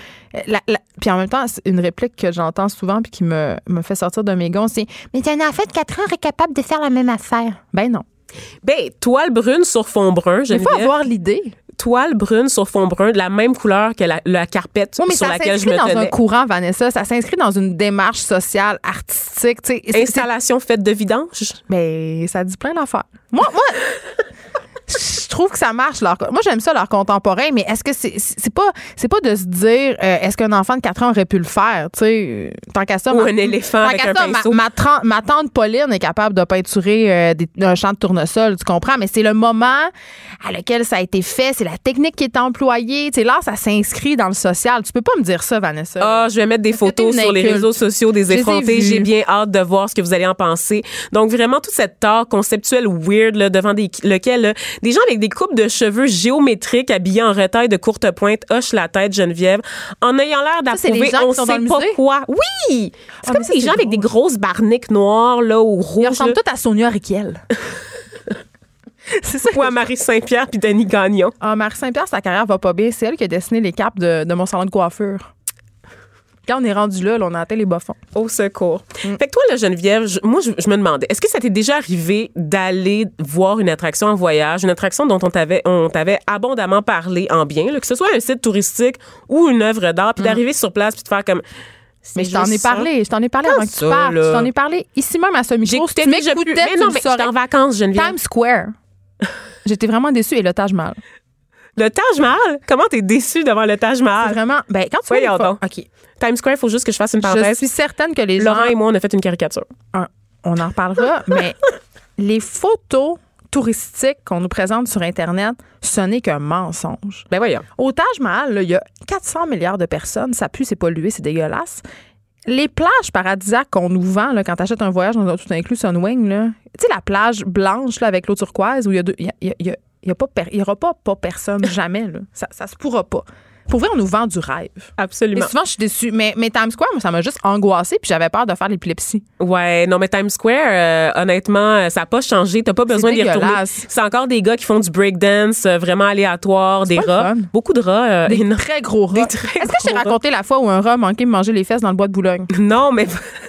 Puis en même temps, c'est une réplique que j'entends souvent puis qui me fait sortir de mes gonds, c'est « Mais un enfant de 4 ans est capable de faire la même affaire. » Ben non. Ben, toile brune sur fond brun, Geneviève. Il faut avoir l'idée. Toile brune sur fond brun, de la même couleur que la carpette sur laquelle je me tenais. Ça s'inscrit dans un courant, Vanessa. Ça s'inscrit dans une démarche sociale, artistique. Installation faite de vidange? Ben, ça dit plein d'affaires. Moi je trouve que ça marche. Moi, j'aime ça, l'art contemporain, mais est-ce que c'est pas de se dire est-ce qu'un enfant de 4 ans aurait pu le faire? Tu sais, tant qu'à ça. Ou un éléphant avec un pinceau. Ma tante Pauline est capable de peinturer un champ de tournesol, tu comprends? Mais c'est le moment à lequel ça a été fait, c'est la technique qui est employée. Tu sais, là, ça s'inscrit dans le social. Tu peux pas me dire ça, Vanessa. Je vais mettre des photos sur les réseaux sociaux des effrontés. J'ai bien hâte de voir ce que vous allez en penser. Donc, vraiment, toute cette art conceptuelle weird là, devant lequel des gens avec des coupes de cheveux géométriques habillés en retaille de courte pointe hochent la tête, Geneviève, en ayant l'air d'approuver on sait pas quoi. Oui! C'est comme des gens avec des grosses barniques noires là, ou rouges. Ils ressemblent tous à Sonia Riquel. C'est ça. Ou à Marie Saint-Pierre puis Denis Gagnon. Marie Saint-Pierre, sa carrière va pas bien. C'est elle qui a dessiné les capes de mon salon de coiffure. Quand on est rendu là, on a atteint les bas-fonds. Au secours. Fait que toi, là, Geneviève, je me demandais, est-ce que ça t'est déjà arrivé d'aller voir une attraction en voyage, une attraction dont on t'avait abondamment parlé en bien, là, que ce soit un site touristique ou une œuvre d'art, puis d'arriver sur place puis de faire comme... Mais je t'en ai parlé avant que tu partes. Je t'en ai parlé ici même à ce micro. J'écoutais, mais non, mais j'étais en vacances, Geneviève. Times Square. J'étais vraiment déçue. Et le Taj Mahal. Le Taj Mahal? Comment t'es déçue devant le Taj Mahal? C'est vraiment... Ben, quand tu vois OK. Times Square, il faut juste que je fasse une parenthèse. Je suis certaine que les gens... Laurent et moi, on a fait une caricature. On en reparlera, mais les photos touristiques qu'on nous présente sur Internet, ce n'est qu'un mensonge. Ben voyons. Au Taj Mahal, il y a 400 milliards de personnes. Ça pue, c'est pollué, c'est dégueulasse. Les plages paradisiaques qu'on nous vend là, quand tu achètes un voyage dans un tout inclus Sunwing, tu sais, la plage blanche là, avec l'eau turquoise où il y aura pas personne jamais. Là. Ça se pourra pas. Pour vrai, on nous vend du rêve. Absolument. Et souvent, je suis déçue. Mais Times Square, moi, ça m'a juste angoissée puis j'avais peur de faire l'épilepsie. Ouais, non, mais Times Square, honnêtement, ça n'a pas changé. T'as pas besoin d'y retourner. C'est encore des gars qui font du breakdance vraiment aléatoire, des rats. Beaucoup de rats. Des très gros rats. Est-ce que je t'ai raconté la fois où un rat manquait de manger les fesses dans le bois de Boulogne? Non, mais...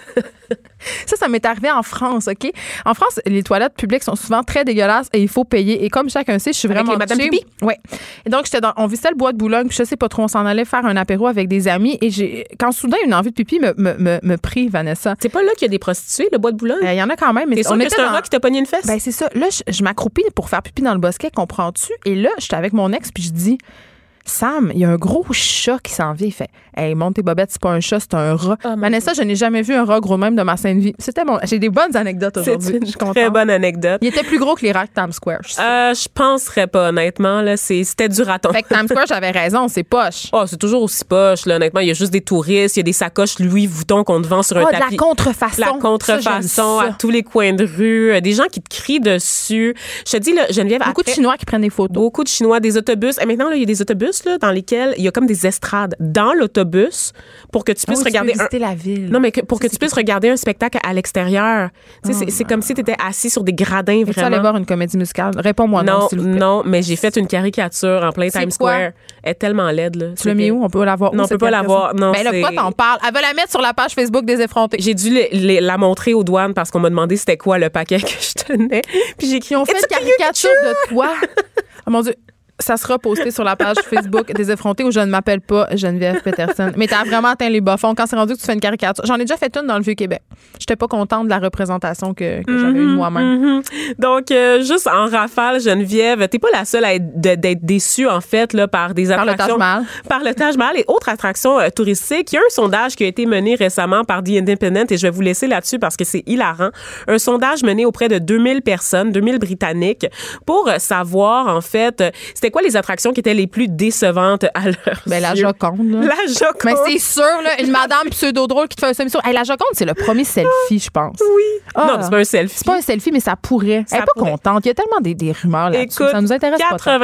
Ça m'est arrivé en France, OK? En France, les toilettes publiques sont souvent très dégueulasses et il faut payer. Et comme chacun sait, je suis vraiment... Avec les Madame Pipi? Oui. Et donc, on visitait le bois de Boulogne, puis je sais pas trop, on s'en allait faire un apéro avec des amis. Et quand soudain, une envie de pipi me prit, Vanessa. C'est pas là qu'il y a des prostituées, le bois de Boulogne? Il y en a quand même. T'es sûr que c'est un rat qui t'a pogné une fesse? Ben, c'est ça. Là, je m'accroupis pour faire pipi dans le bosquet, comprends-tu? Et là, j'étais avec mon ex, puis je dis... Sam, il y a un gros chat qui s'en vient. Il fait hey, monte tes bobettes, c'est pas un chat, c'est un rat. Vanessa, je n'ai jamais vu un rat gros même de ma sainte vie. J'ai des bonnes anecdotes aujourd'hui. C'est une très bonne anecdote. Il était plus gros que les rats de Times Square. Je penserais pas, honnêtement. Là, c'était du raton. Fait que Times Square, j'avais raison, c'est poche. Oh, c'est toujours aussi poche, là, honnêtement. Il y a juste des touristes, il y a des sacoches Louis Vuitton qu'on te vend sur un tapis. De la contrefaçon. La contrefaçon à tous les coins de rue. Des gens qui te crient dessus. Je te dis, là, Geneviève... Beaucoup de Chinois qui prennent des photos. Beaucoup de Chinois, des autobus. Et maintenant, là, il y a des autobus là, dans lesquels il y a comme des estrades dans l'autobus pour que tu puisses regarder la ville. Non, mais pour que tu puisses regarder un spectacle à l'extérieur. C'est comme si tu étais assis sur des gradins, vraiment. Tu allais voir une comédie musicale? Réponds-moi non, s'il vous plaît. Non, mais j'ai fait une caricature en plein Times Square. Elle est tellement laide, là. Tu l'as mis où? On peut la voir où? Non, on peut pas la voir. Non, ben là, pourquoi t'en parles? Elle va la mettre sur la page Facebook des effrontés. J'ai dû la montrer aux douanes parce qu'on m'a demandé c'était quoi le paquet que je tenais. Puis j'ai écrit, on fait une caricature de toi. Oh mon Dieu. Ça sera posté sur la page Facebook des effrontés où je ne m'appelle pas Geneviève Peterson. Mais t'as vraiment atteint les bas-fonds quand c'est rendu que tu fais une caricature. J'en ai déjà fait une dans le Vieux-Québec. J'étais pas contente de la représentation que j'avais eue moi-même. Donc, juste en rafale, Geneviève, t'es pas la seule à d'être déçue, en fait, là, par des attractions. Par le Taj Mahal et autres attractions touristiques. Il y a un sondage qui a été mené récemment par The Independent et je vais vous laisser là-dessus parce que c'est hilarant. Un sondage mené auprès de 2000 personnes, 2000 Britanniques, pour savoir, en fait, c'était quoi les attractions qui étaient les plus décevantes à leurs yeux? La Joconde. Là. La Joconde. Mais c'est sûr, là, une madame pseudo-drôle qui te fait un semi-tour. Hey, la Joconde, c'est le premier selfie, je pense. Oui. Non, c'est pas un selfie. C'est pas un selfie, mais ça pourrait. Elle est pas contente. Il y a tellement des rumeurs là-dessus. Écoute, ça nous intéresse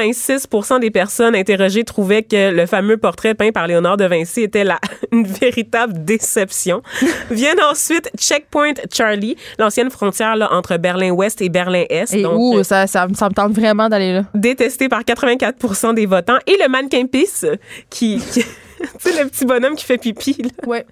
86% des personnes interrogées trouvaient que le fameux portrait peint par Léonard de Vinci était une véritable déception. Viennent ensuite Checkpoint Charlie, l'ancienne frontière là, entre Berlin-Ouest et Berlin-Est. Et donc, ça me tente vraiment d'aller là. Détesté par 84% des votants. Et le mannequin pisse, tu sais, le petit bonhomme qui fait pipi. Là. Ouais.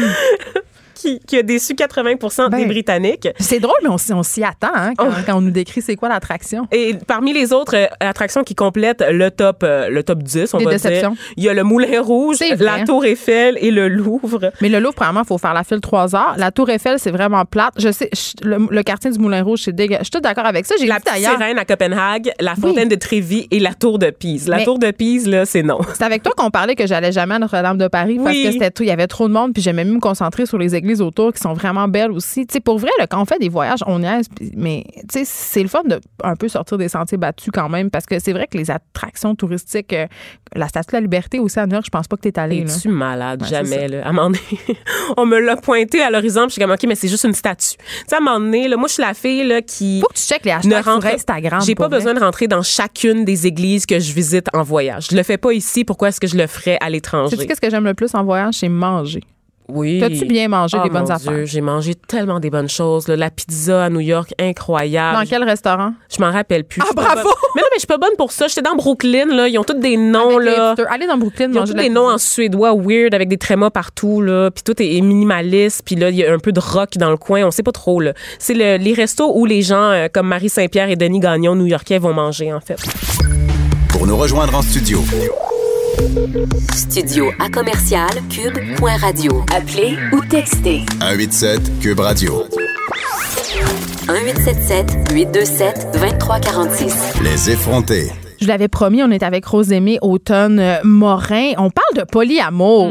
Qui a déçu 80% des Britanniques. C'est drôle, mais on s'y attend hein, quand on nous décrit c'est quoi l'attraction. Et parmi les autres attractions qui complètent le top 10, on va dire, il y a le Moulin Rouge, la Tour Eiffel et le Louvre. Mais le Louvre, premièrement, il faut faire la file 3 heures. La Tour Eiffel, c'est vraiment plate. Je sais, le quartier du Moulin Rouge, c'est dégueu. Je suis toute d'accord avec ça. J'ai la petite sirène à Copenhague, la fontaine de Trévi et la Tour de Pise. La Tour de Pise, là, c'est non. C'est avec toi qu'on parlait que j'allais jamais à Notre-Dame de Paris parce que il y avait trop de monde puis j'aimais mieux me concentrer sur les églises autour qui sont vraiment belles aussi. Tu sais, pour vrai, là, quand on fait des voyages, on niaise, mais tu sais, c'est le fun de un peu sortir des sentiers battus quand même, parce que c'est vrai que les attractions touristiques, la Statue de la Liberté aussi à New York, je pense pas que t'es allé. Es-tu malade? Ouais, jamais, là. À un moment donné, on me l'a pointé à l'horizon, puis je suis comme, OK, mais c'est juste une statue. Tu sais, à un moment donné, là, moi, je suis la fille, là, qui... Faut que tu checkes les hashtags sur Instagram. J'ai pas besoin de rentrer dans chacune des églises que je visite en voyage. Je le fais pas ici, pourquoi est-ce que je le ferais à l'étranger? Sais-tu qu'est-ce que j'aime le plus en voyage? C'est manger. Oui. T'as-tu bien mangé des bonnes affaires? Dieu, j'ai mangé tellement des bonnes choses. Là. La pizza à New York, incroyable. Dans quel restaurant? Je m'en rappelle plus. Ah, bravo! Mais non, mais je suis pas bonne pour ça. J'étais dans Brooklyn, là. Ils ont tous des noms, là. Allez dans Brooklyn, ils ont tous des noms en suédois weird avec des trémas partout, là. Puis tout est minimaliste. Puis là, il y a un peu de rock dans le coin. On sait pas trop, là. C'est les restos où les gens comme Marie Saint-Pierre et Denis Gagnon, new-yorkais, vont manger, en fait. Pour nous rejoindre en studio. Studio à commercial cube.radio. Appelez ou textez. 187 Cube Radio. 1877-827-2346. Les effrontés. Je l'avais promis, on est avec Rosemée Automne-Morin. On parle de polyamour.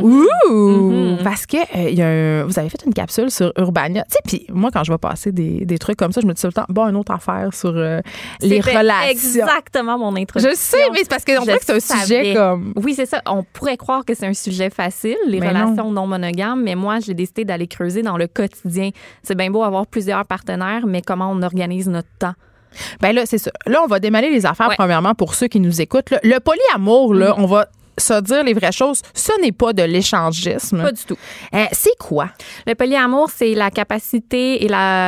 Ouh! Parce que vous avez fait une capsule sur Urbania. Tu sais, puis moi, quand je vais passer des trucs comme ça, je me dis tout le temps, bon, une autre affaire sur les relations. Exactement mon introduction. Je sais, mais c'est parce qu'on dirait que c'est un sujet comme... Oui, c'est ça. On pourrait croire que c'est un sujet facile, les relations non monogames, mais moi, j'ai décidé d'aller creuser dans le quotidien. C'est bien beau avoir plusieurs partenaires, mais comment on organise notre temps? Ben là, c'est ça. Là, on va démêler les affaires, premièrement, pour ceux qui nous écoutent. Là. Le polyamour, là, on va se dire les vraies choses, ce n'est pas de l'échangisme. Pas du tout. C'est quoi? Le polyamour, c'est la capacité et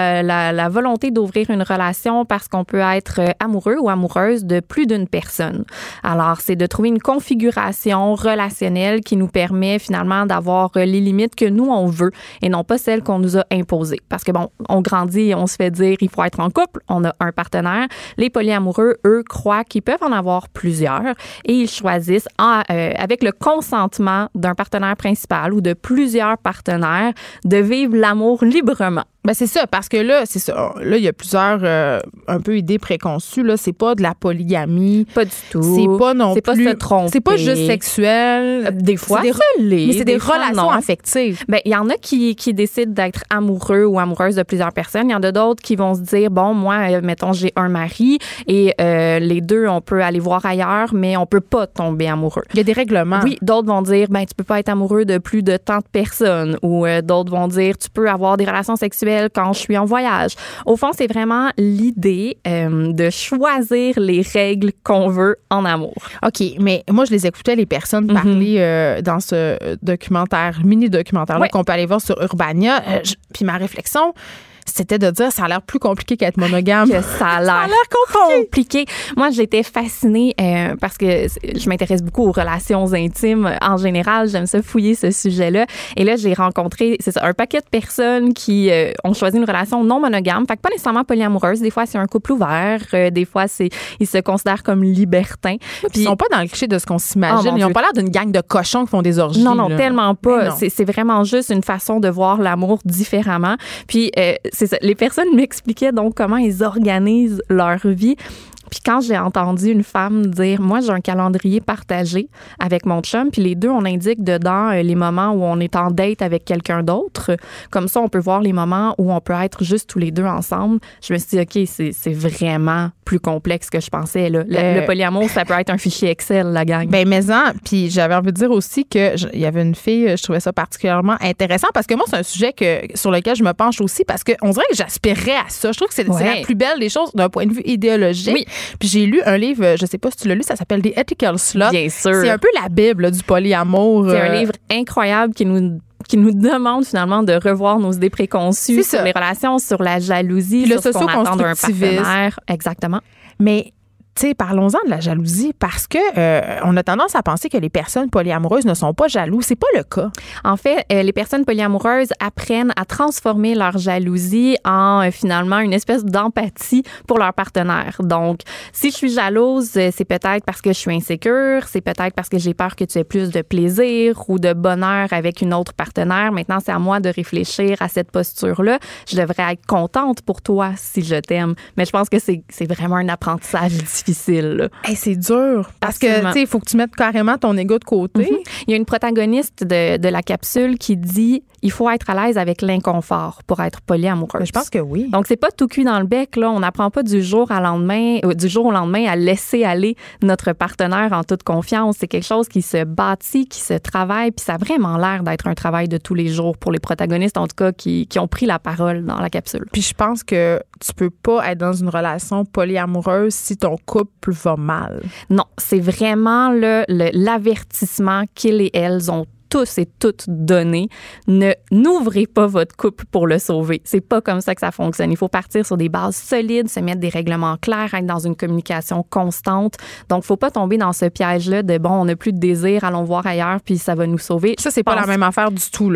la volonté d'ouvrir une relation parce qu'on peut être amoureux ou amoureuse de plus d'une personne. Alors, c'est de trouver une configuration relationnelle qui nous permet finalement d'avoir les limites que nous, on veut et non pas celles qu'on nous a imposées. Parce que bon, on grandit et on se fait dire il faut être en couple, on a un partenaire. Les polyamoureux, eux, croient qu'ils peuvent en avoir plusieurs et ils choisissent avec le consentement d'un partenaire principal ou de plusieurs partenaires, de vivre l'amour librement. Ben c'est ça, parce que là, c'est ça. Là, il y a plusieurs un peu idées préconçues. Là, c'est pas de la polygamie. Pas du tout. C'est pas non plus. C'est pas se tromper. C'est pas juste sexuel. Des fois, mais c'est des relations affectives. Ben il y en a qui décident d'être amoureux ou amoureuses de plusieurs personnes. Il y en a d'autres qui vont se dire bon, moi, mettons, j'ai un mari et les deux, on peut aller voir ailleurs, mais on peut pas tomber amoureux. Il y a des règlements. Oui, d'autres vont dire ben tu peux pas être amoureux de plus de tant de personnes ou d'autres vont dire tu peux avoir des relations sexuelles quand je suis en voyage. Au fond, c'est vraiment l'idée de choisir les règles qu'on veut en amour. OK, mais moi, je les écoutais, les personnes parler dans ce documentaire, mini-documentaire-là qu'on peut aller voir sur Urbania. Puis ma réflexion, c'était de dire ça a l'air plus compliqué qu'être monogame. Que ça a l'air compliqué. Moi, j'étais fascinée parce que je m'intéresse beaucoup aux relations intimes en général. J'aime ça fouiller ce sujet-là. Et là, j'ai rencontré un paquet de personnes qui ont choisi une relation non monogame. Fait que pas nécessairement polyamoureuse. Des fois, c'est un couple ouvert. Des fois, ils se considèrent comme libertins. Puis ils sont pas dans le cliché de ce qu'on s'imagine. Ils ont pas l'air d'une gang de cochons qui font des orgies. Non, là. Tellement pas. C'est vraiment juste une façon de voir l'amour différemment. Puis c'est ça. Les personnes m'expliquaient donc comment ils organisent leur vie. Puis quand j'ai entendu une femme dire « Moi, j'ai un calendrier partagé avec mon chum, puis les deux, on indique dedans les moments où on est en date avec quelqu'un d'autre. Comme ça, on peut voir les moments où on peut être juste tous les deux ensemble. » Je me suis dit « OK, c'est vraiment plus complexe que je pensais. Là. Le polyamour, ça peut être un fichier Excel, la gang. » Ben mais puis j'avais envie de dire aussi qu'il y avait une fille, je trouvais ça particulièrement intéressant parce que moi, c'est un sujet sur lequel je me penche aussi parce qu'on dirait que j'aspirais à ça. Je trouve que c'est la plus belle des choses d'un point de vue idéologique. Oui. Puis j'ai lu un livre, je sais pas si tu l'as lu, ça s'appelle The Ethical Slut. Bien sûr. C'est un peu la Bible là, du polyamour. C'est un livre incroyable qui nous demande finalement de revoir nos idées préconçues sur les relations, sur la jalousie, sur ce qu'on attend d'un partenaire. Exactement. Mais tu sais, parlons-en de la jalousie parce que on a tendance à penser que les personnes polyamoureuses ne sont pas jalouses. C'est pas le cas. En fait, les personnes polyamoureuses apprennent à transformer leur jalousie en finalement une espèce d'empathie pour leur partenaire. Donc, si je suis jalouse, c'est peut-être parce que je suis insécure, c'est peut-être parce que j'ai peur que tu aies plus de plaisir ou de bonheur avec une autre partenaire. Maintenant, c'est à moi de réfléchir à cette posture-là. Je devrais être contente pour toi si je t'aime. Mais je pense que c'est vraiment un apprentissage difficile. Hey, c'est dur parce que tu sais, il faut que tu mettes carrément ton ego de côté. Il y a une protagoniste de la capsule qui dit il faut être à l'aise avec l'inconfort pour être polyamoureuse. Je pense que oui. Donc c'est pas tout cuit dans le bec là, on n'apprend pas du jour au lendemain à laisser aller notre partenaire en toute confiance. C'est quelque chose qui se bâtit, qui se travaille, puis ça a vraiment l'air d'être un travail de tous les jours pour les protagonistes en tout cas qui ont pris la parole dans la capsule. Puis je pense que tu peux pas être dans une relation polyamoureuse si ton couple va mal. Non, c'est vraiment l'avertissement qu'ils et elles ont tous et toutes donné. N'ouvrez pas votre couple pour le sauver. C'est pas comme ça que ça fonctionne. Il faut partir sur des bases solides, se mettre des règlements clairs, être dans une communication constante. Donc, faut pas tomber dans ce piège-là de bon, on n'a plus de désir, allons voir ailleurs, puis ça va nous sauver. Ça, c'est pas la même affaire du tout, là. Non.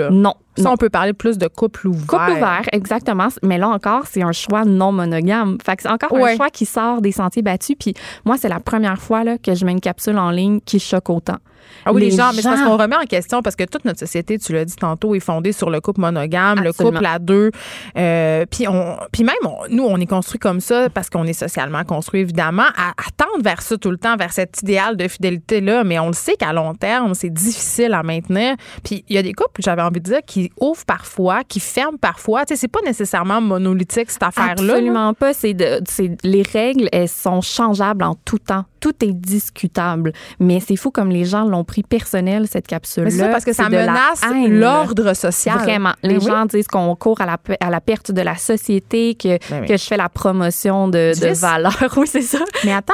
Ça, on peut parler plus de couple ouvert. Couple ouvert, exactement. Mais là encore, c'est un choix non monogame. Fait que c'est encore un choix qui sort des sentiers battus. Puis moi, c'est la première fois là, que je mets une capsule en ligne qui choque autant. Ah oui, les gens, mais c'est parce qu'on remet en question, parce que toute notre société, tu l'as dit tantôt, est fondée sur le couple monogame, absolument. Le couple à deux. Puis même, nous, on est construit comme ça parce qu'on est socialement construit, évidemment, à tendre vers ça tout le temps, vers cet idéal de fidélité-là. Mais on le sait qu'à long terme, c'est difficile à maintenir. Puis il y a des couples, j'avais envie de dire, qui ouvrent parfois, qui ferment parfois. Tu sais, c'est pas nécessairement monolithique, cette affaire-là. Absolument pas. Les règles, elles sont changeables en tout temps. Tout est discutable. Mais c'est fou comme les gens l'ont pris personnel, cette capsule-là. Mais c'est ça, parce que ça menace l'ordre social. Vraiment. Les gens disent qu'on court à la perte de la société, que je fais la promotion de valeurs. Oui, c'est ça. Mais attends,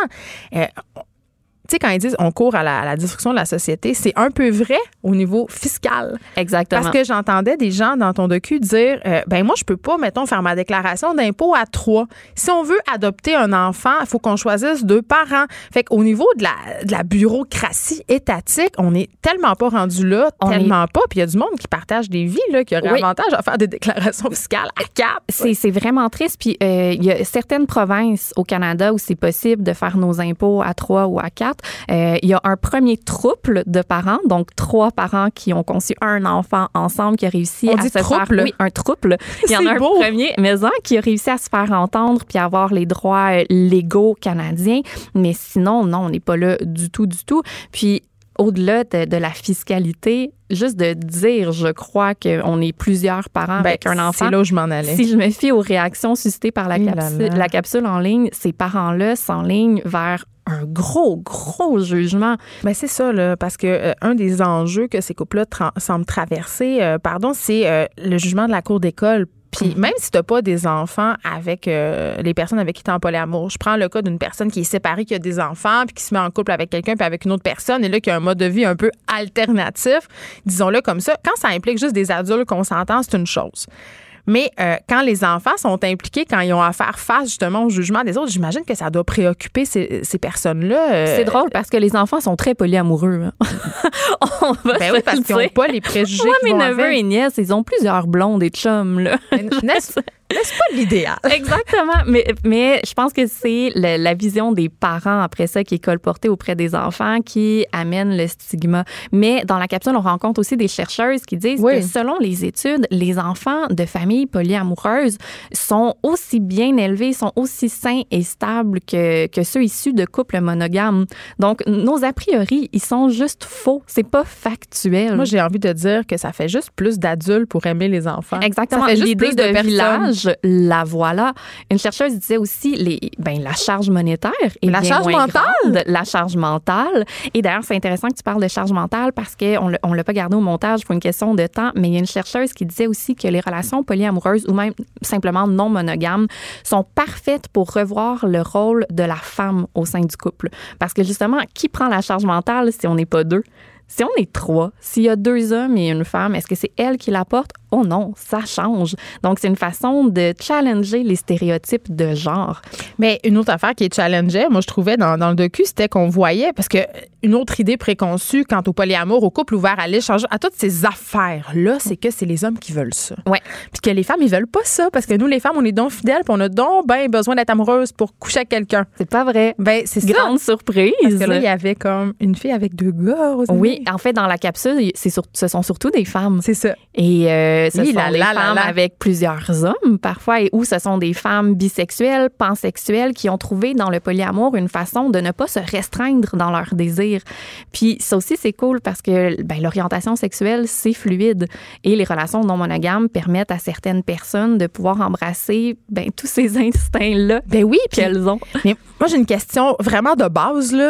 tu sais, quand ils disent on court à la destruction de la société, c'est un peu vrai au niveau fiscal. Exactement. Parce que j'entendais des gens dans ton docu dire moi, je peux pas, mettons, faire ma déclaration d'impôt à 3. Si on veut adopter un enfant, il faut qu'on choisisse 2 parents. Fait qu'au niveau de la bureaucratie étatique, on est tellement pas rendu là, tellement pas. Puis il y a du monde qui partage des vies, là, qui aurait avantage à faire des déclarations fiscales à 4. C'est vraiment triste. Puis il y a certaines provinces au Canada où c'est possible de faire nos impôts à 3 ou à 4. Il y a un premier trouble de parents, donc 3 parents qui ont conçu un enfant ensemble, qui a réussi à se faire... Oui, un trouble. Il y en a un premier maison qui a réussi à se faire entendre puis avoir les droits légaux canadiens. Mais sinon, non, on n'est pas là du tout, du tout. Puis, au-delà de la fiscalité, juste de dire, je crois qu'on est plusieurs parents avec un enfant. C'est là où je m'en allais. Si je me fie aux réactions suscitées par la capsule en ligne, ces parents-là s'enlignent vers un gros jugement. Ben c'est ça, là, parce que un des enjeux que ces couples-là semblent traverser, c'est le jugement de la cour d'école. Puis même si tu n'as pas des enfants avec les personnes avec qui tu es en polyamour, je prends le cas d'une personne qui est séparée, qui a des enfants, puis qui se met en couple avec quelqu'un, puis avec une autre personne, et là, qui a un mode de vie un peu alternatif, disons-le comme ça. Quand ça implique juste des adultes qu'on s'entend, c'est une chose. Mais quand les enfants sont impliqués, quand ils ont à faire face justement au jugement des autres, j'imagine que ça doit préoccuper ces personnes-là. C'est drôle parce que les enfants sont très polyamoureux. Hein. Oui, parce qu'ils n'ont pas les préjugés. Moi, mes neveux et nièces, ils ont plusieurs blondes et chums. Là. N'est-ce pas l'idéal? Exactement. Mais je pense que c'est la vision des parents après ça qui est colportée auprès des enfants qui amène le stigma. Mais dans la capsule, on rencontre aussi des chercheuses qui disent que selon les études, les enfants de familles polyamoureuses sont aussi bien élevés, sont aussi sains et stables que ceux issus de couples monogames. Donc, nos a priori, ils sont juste faux. C'est pas factuel. Moi, j'ai envie de dire que ça fait juste plus d'adultes pour aimer les enfants. Exactement. Ça fait juste l'idée plus de village, la voilà. Une chercheuse disait aussi la charge monétaire et la charge mentale. La charge mentale. Et d'ailleurs, c'est intéressant que tu parles de charge mentale parce qu'on l'a pas gardé au montage pour une question de temps, mais il y a une chercheuse qui disait aussi que les relations polyamoureuses ou même simplement non monogames sont parfaites pour revoir le rôle de la femme au sein du couple. Parce que justement, qui prend la charge mentale si on n'est pas 2? Si on est 3, s'il y a 2 hommes et une femme, est-ce que c'est elle qui la porte? Oh non, ça change. Donc, c'est une façon de challenger les stéréotypes de genre. Mais une autre affaire qui est challengeait, moi, je trouvais dans le docu, c'était qu'on voyait, parce que une autre idée préconçue quant au polyamour, au couple ouvert, à l'échange, à toutes ces affaires-là, c'est que c'est les hommes qui veulent ça. Ouais. Puis que les femmes, ils veulent pas ça, parce que nous, les femmes, on est donc fidèles, puis on a donc besoin d'être amoureuses pour coucher avec quelqu'un. C'est pas vrai. Ben, c'est grande surprise. Parce que là, il y avait comme une fille avec 2 gars aussi. Oui, en fait, dans la capsule, ce sont surtout des femmes. C'est ça. Et ce sont des femmes avec plusieurs hommes, parfois, ou ce sont des femmes bisexuelles, pansexuelles, qui ont trouvé dans le polyamour une façon de ne pas se restreindre dans leurs désirs. Puis ça aussi, c'est cool parce que l'orientation sexuelle, c'est fluide. Et les relations non monogames permettent à certaines personnes de pouvoir embrasser tous ces instincts-là qu'elles ont. Mais moi, j'ai une question vraiment de base, là.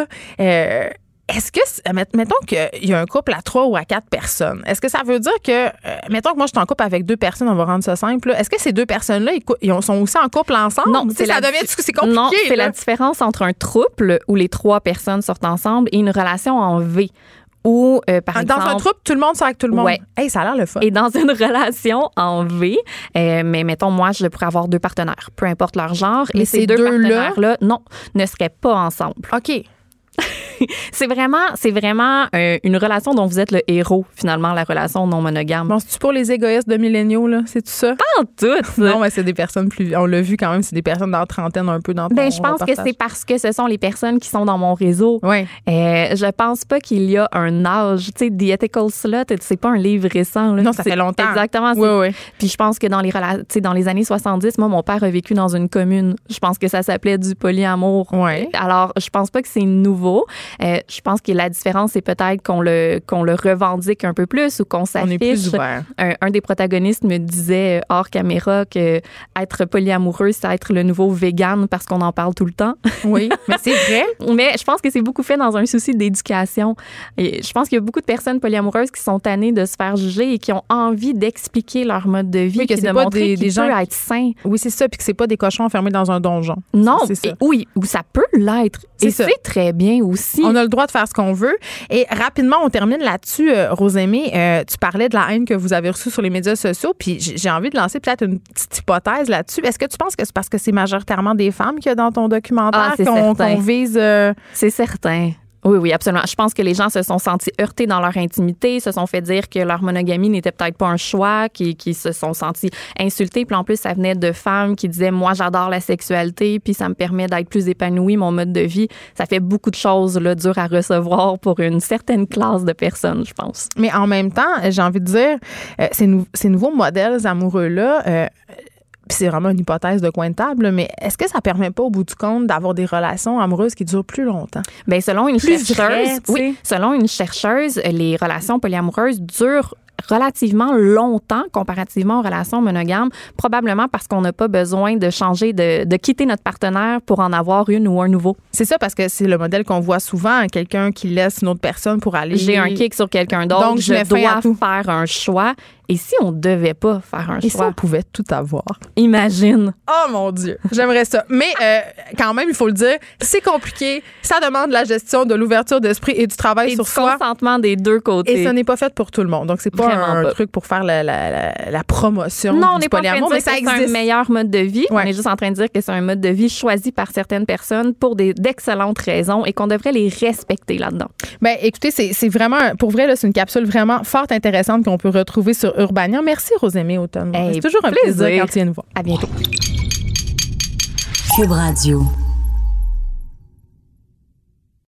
Est-ce que, mettons qu'il y a un couple à 3 ou à 4 personnes, est-ce que ça veut dire que, mettons que moi, je suis en couple avec 2 personnes, on va rendre ça simple, là, est-ce que ces 2 personnes-là, ils sont aussi en couple ensemble? Non, c'est compliqué. Non, c'est la différence entre un trouble où les 3 personnes sortent ensemble et une relation en V. Ou, par exemple, dans un trouble, tout le monde sort avec tout le monde. Ouais. Hey, ça a l'air le fun. Et dans une relation en V, mais mettons, moi, je pourrais avoir 2 partenaires, peu importe leur genre. Mais et ces 2 partenaires-là, non, ne seraient pas ensemble. OK. c'est vraiment une relation dont vous êtes le héros, finalement, la relation non monogame. Bon, c'est-tu pour les égoïstes de milléniaux, là? C'est-tout ça? Pas tout. Non, mais c'est des personnes plus... On l'a vu quand même, c'est des personnes dans la trentaine, un peu dans ton Je pense que c'est parce que ce sont les personnes qui sont dans mon réseau. Oui. Je pense pas qu'il y a un âge. Tu sais, The Ethical Slut, c'est pas un livre récent. Là. Non, ça fait longtemps. Exactement. Oui. Puis je pense que dans les années 70, moi, mon père a vécu dans une commune. Je pense que ça s'appelait du polyamour. Oui. Alors, je pense pas que c'est nouveau. Je pense que la différence, c'est peut-être qu'on le revendique un peu plus ou qu'on s'affiche. On est plus ouvert. Un des protagonistes me disait hors caméra que être polyamoureux, c'est être le nouveau vegan parce qu'on en parle tout le temps. Oui, mais c'est vrai. Mais je pense que c'est beaucoup fait dans un souci d'éducation. Et je pense qu'il y a beaucoup de personnes polyamoureuses qui sont tannées de se faire juger et qui ont envie d'expliquer leur mode de vie, oui, que puis c'est de pas montrer qu'il gens peut être sain. Oui, c'est ça, puis que c'est pas des cochons enfermés dans un donjon. Non, c'est ça. Oui, ou ça peut l'être. Et c'est très bien aussi. On a le droit de faire ce qu'on veut. Et rapidement, on termine là-dessus, Rosemée. Tu parlais de la haine que vous avez reçue sur les médias sociaux, puis j'ai envie de lancer peut-être une petite hypothèse là-dessus. Est-ce que tu penses que c'est parce que c'est majoritairement des femmes qu'il y a dans ton documentaire qu'on vise? C'est certain. Oui, absolument. Je pense que les gens se sont sentis heurtés dans leur intimité, se sont fait dire que leur monogamie n'était peut-être pas un choix, qui se sont sentis insultés. Puis en plus, ça venait de femmes qui disaient « Moi, j'adore la sexualité, puis ça me permet d'être plus épanouie, mon mode de vie. » Ça fait beaucoup de choses là, dures à recevoir pour une certaine classe de personnes, je pense. Mais en même temps, j'ai envie de dire, ces nouveaux modèles amoureux-là... c'est vraiment une hypothèse de coin de table, mais est-ce que ça permet pas, au bout du compte, d'avoir des relations amoureuses qui durent plus longtemps? Bien, selon une chercheuse, les relations polyamoureuses durent relativement longtemps comparativement aux relations monogames, probablement parce qu'on n'a pas besoin de changer, de quitter notre partenaire pour en avoir une ou un nouveau. C'est ça, parce que c'est le modèle qu'on voit souvent, quelqu'un qui laisse une autre personne pour aller... J'ai un kick sur quelqu'un d'autre, donc je dois faire un choix. Et si on ne devait pas faire un choix? Et si on pouvait tout avoir? Imagine. Oh mon Dieu, j'aimerais ça. Mais quand même, il faut le dire, c'est compliqué. Ça demande la gestion de l'ouverture d'esprit et du travail sur soi. Et du consentement des deux côtés. Et ça n'est pas fait pour tout le monde. Donc, c'est pas un truc pour faire la promotion du polyamour, mais ça existe. C'est un meilleur mode de vie. Ouais. On est juste en train de dire que c'est un mode de vie choisi par certaines personnes pour d'excellentes raisons et qu'on devrait les respecter là-dedans. Bien, écoutez, c'est vraiment, pour vrai, là, c'est une capsule vraiment fort intéressante qu'on peut retrouver sur Urbania. Merci, Rosemée Automne. C'est toujours un plaisir quand tu viens nous voir. À bientôt. Cube Radio.